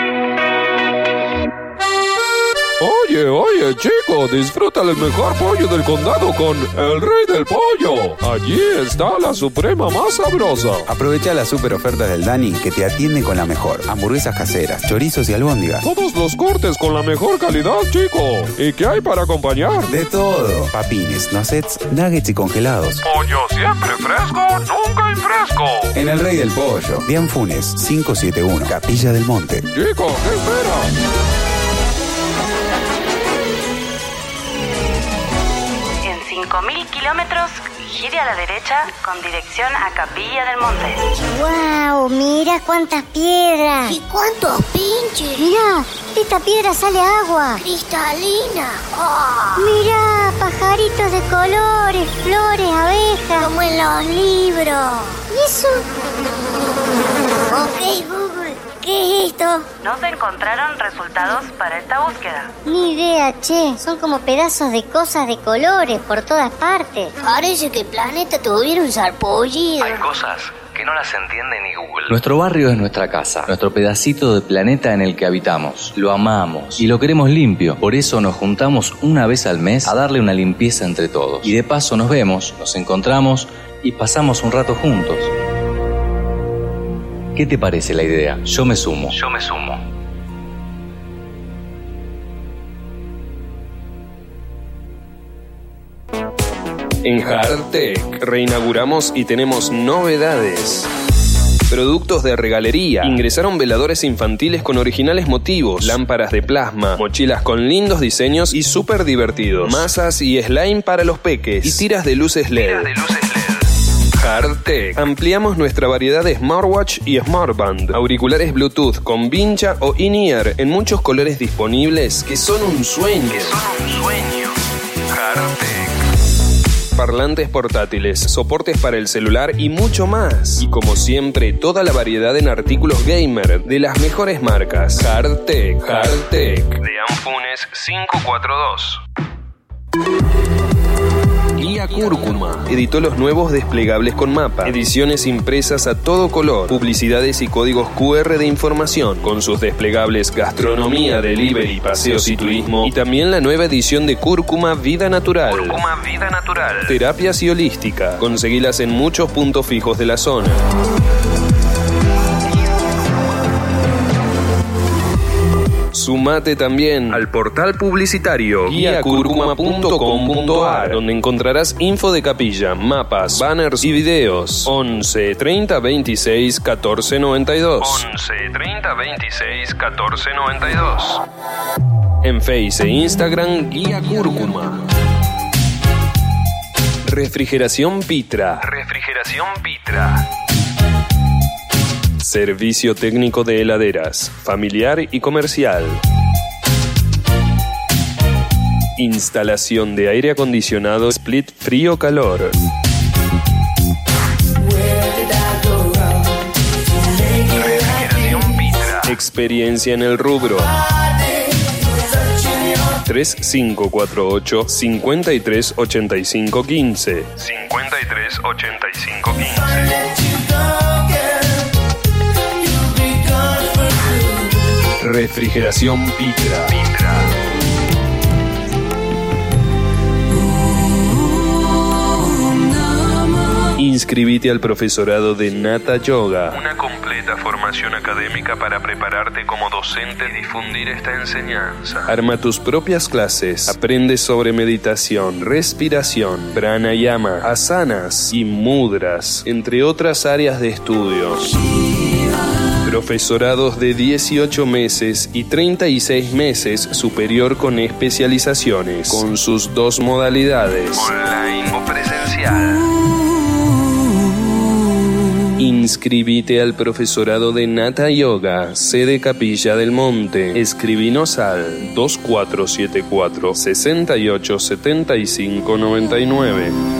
Oye, chico, disfruta el mejor pollo del condado con el Rey del Pollo. Allí está la suprema más sabrosa. Aprovecha las super ofertas del Dani que te atiende con la mejor. Hamburguesas caseras, chorizos y albóndigas. Todos los cortes con la mejor calidad, chico. ¿Y qué hay para acompañar? De todo. Papines, nuggets, nuggets y congelados. Pollo siempre fresco, nunca infresco. En el Rey del Pollo. Dian Funes, 571, Capilla del Monte. Chico, ¿qué esperas? En 5.000 kilómetros, gire a la derecha con dirección a Capilla del Monte. ¡Wow! Mira cuántas piedras. ¿Y cuántos pinches? Mira, de esta piedra sale agua. Cristalina. Oh. Mira, pajaritos de colores, flores, abejas. Como en los libros. ¿Y eso? Ok, Google, ¿qué es esto? No se encontraron resultados para esta búsqueda. Ni idea, che. Son como pedazos de cosas de colores por todas partes. Parece que el planeta tuviera un sarpullido. Hay cosas que no las entiende ni Google. Nuestro barrio es nuestra casa, nuestro pedacito de planeta en el que habitamos. Lo amamos y lo queremos limpio. Por eso nos juntamos una vez al mes a darle una limpieza entre todos. Y de paso nos vemos, nos encontramos y pasamos un rato juntos. ¿Qué te parece la idea? Yo me sumo. En Hardtech reinauguramos y tenemos novedades. Productos de regalería. Ingresaron veladores infantiles con originales motivos, lámparas de plasma, mochilas con lindos diseños y súper divertidos, masas y slime para los peques y tiras de luces LED. Hardtech. Ampliamos nuestra variedad de smartwatch y smartband, auriculares Bluetooth con vincha o in-ear en muchos colores disponibles que son un sueño. Hardtech. Parlantes portátiles, soportes para el celular y mucho más. Y como siempre, toda la variedad en artículos gamer de las mejores marcas. Hardtech. De Anfunes 542. Guía Cúrcuma. Editó los nuevos desplegables con mapa, ediciones impresas a todo color, publicidades y códigos QR de información, con sus desplegables gastronomía, delivery, paseos y turismo, y también la nueva edición de Cúrcuma Vida Natural. Terapias y holística. Conseguilas en muchos puntos fijos de la zona. Sumate también al portal publicitario guiacurcuma.com.ar, donde encontrarás info de capilla, mapas, banners y videos. 11 30 26 14 92. 11 30 26 14 92. En Face e Instagram, Guía Cúrcuma. Refrigeración Pitra. Servicio técnico de heladeras, familiar y comercial. Instalación de aire acondicionado split frío-calor. experiencia en el rubro. 3548 538515. 538515. Refrigeración Pitra. Inscribite al profesorado de Nata Yoga, una completa formación académica para prepararte como docente y difundir esta enseñanza. Arma tus propias clases, aprende sobre meditación, respiración, pranayama, asanas y mudras, entre otras áreas de estudio. Profesorados de 18 meses y 36 meses superior con especializaciones, con sus dos modalidades, online o presencial. Inscribite al profesorado de Nata Yoga, sede Capilla del Monte. Escribinos al 2474 687599.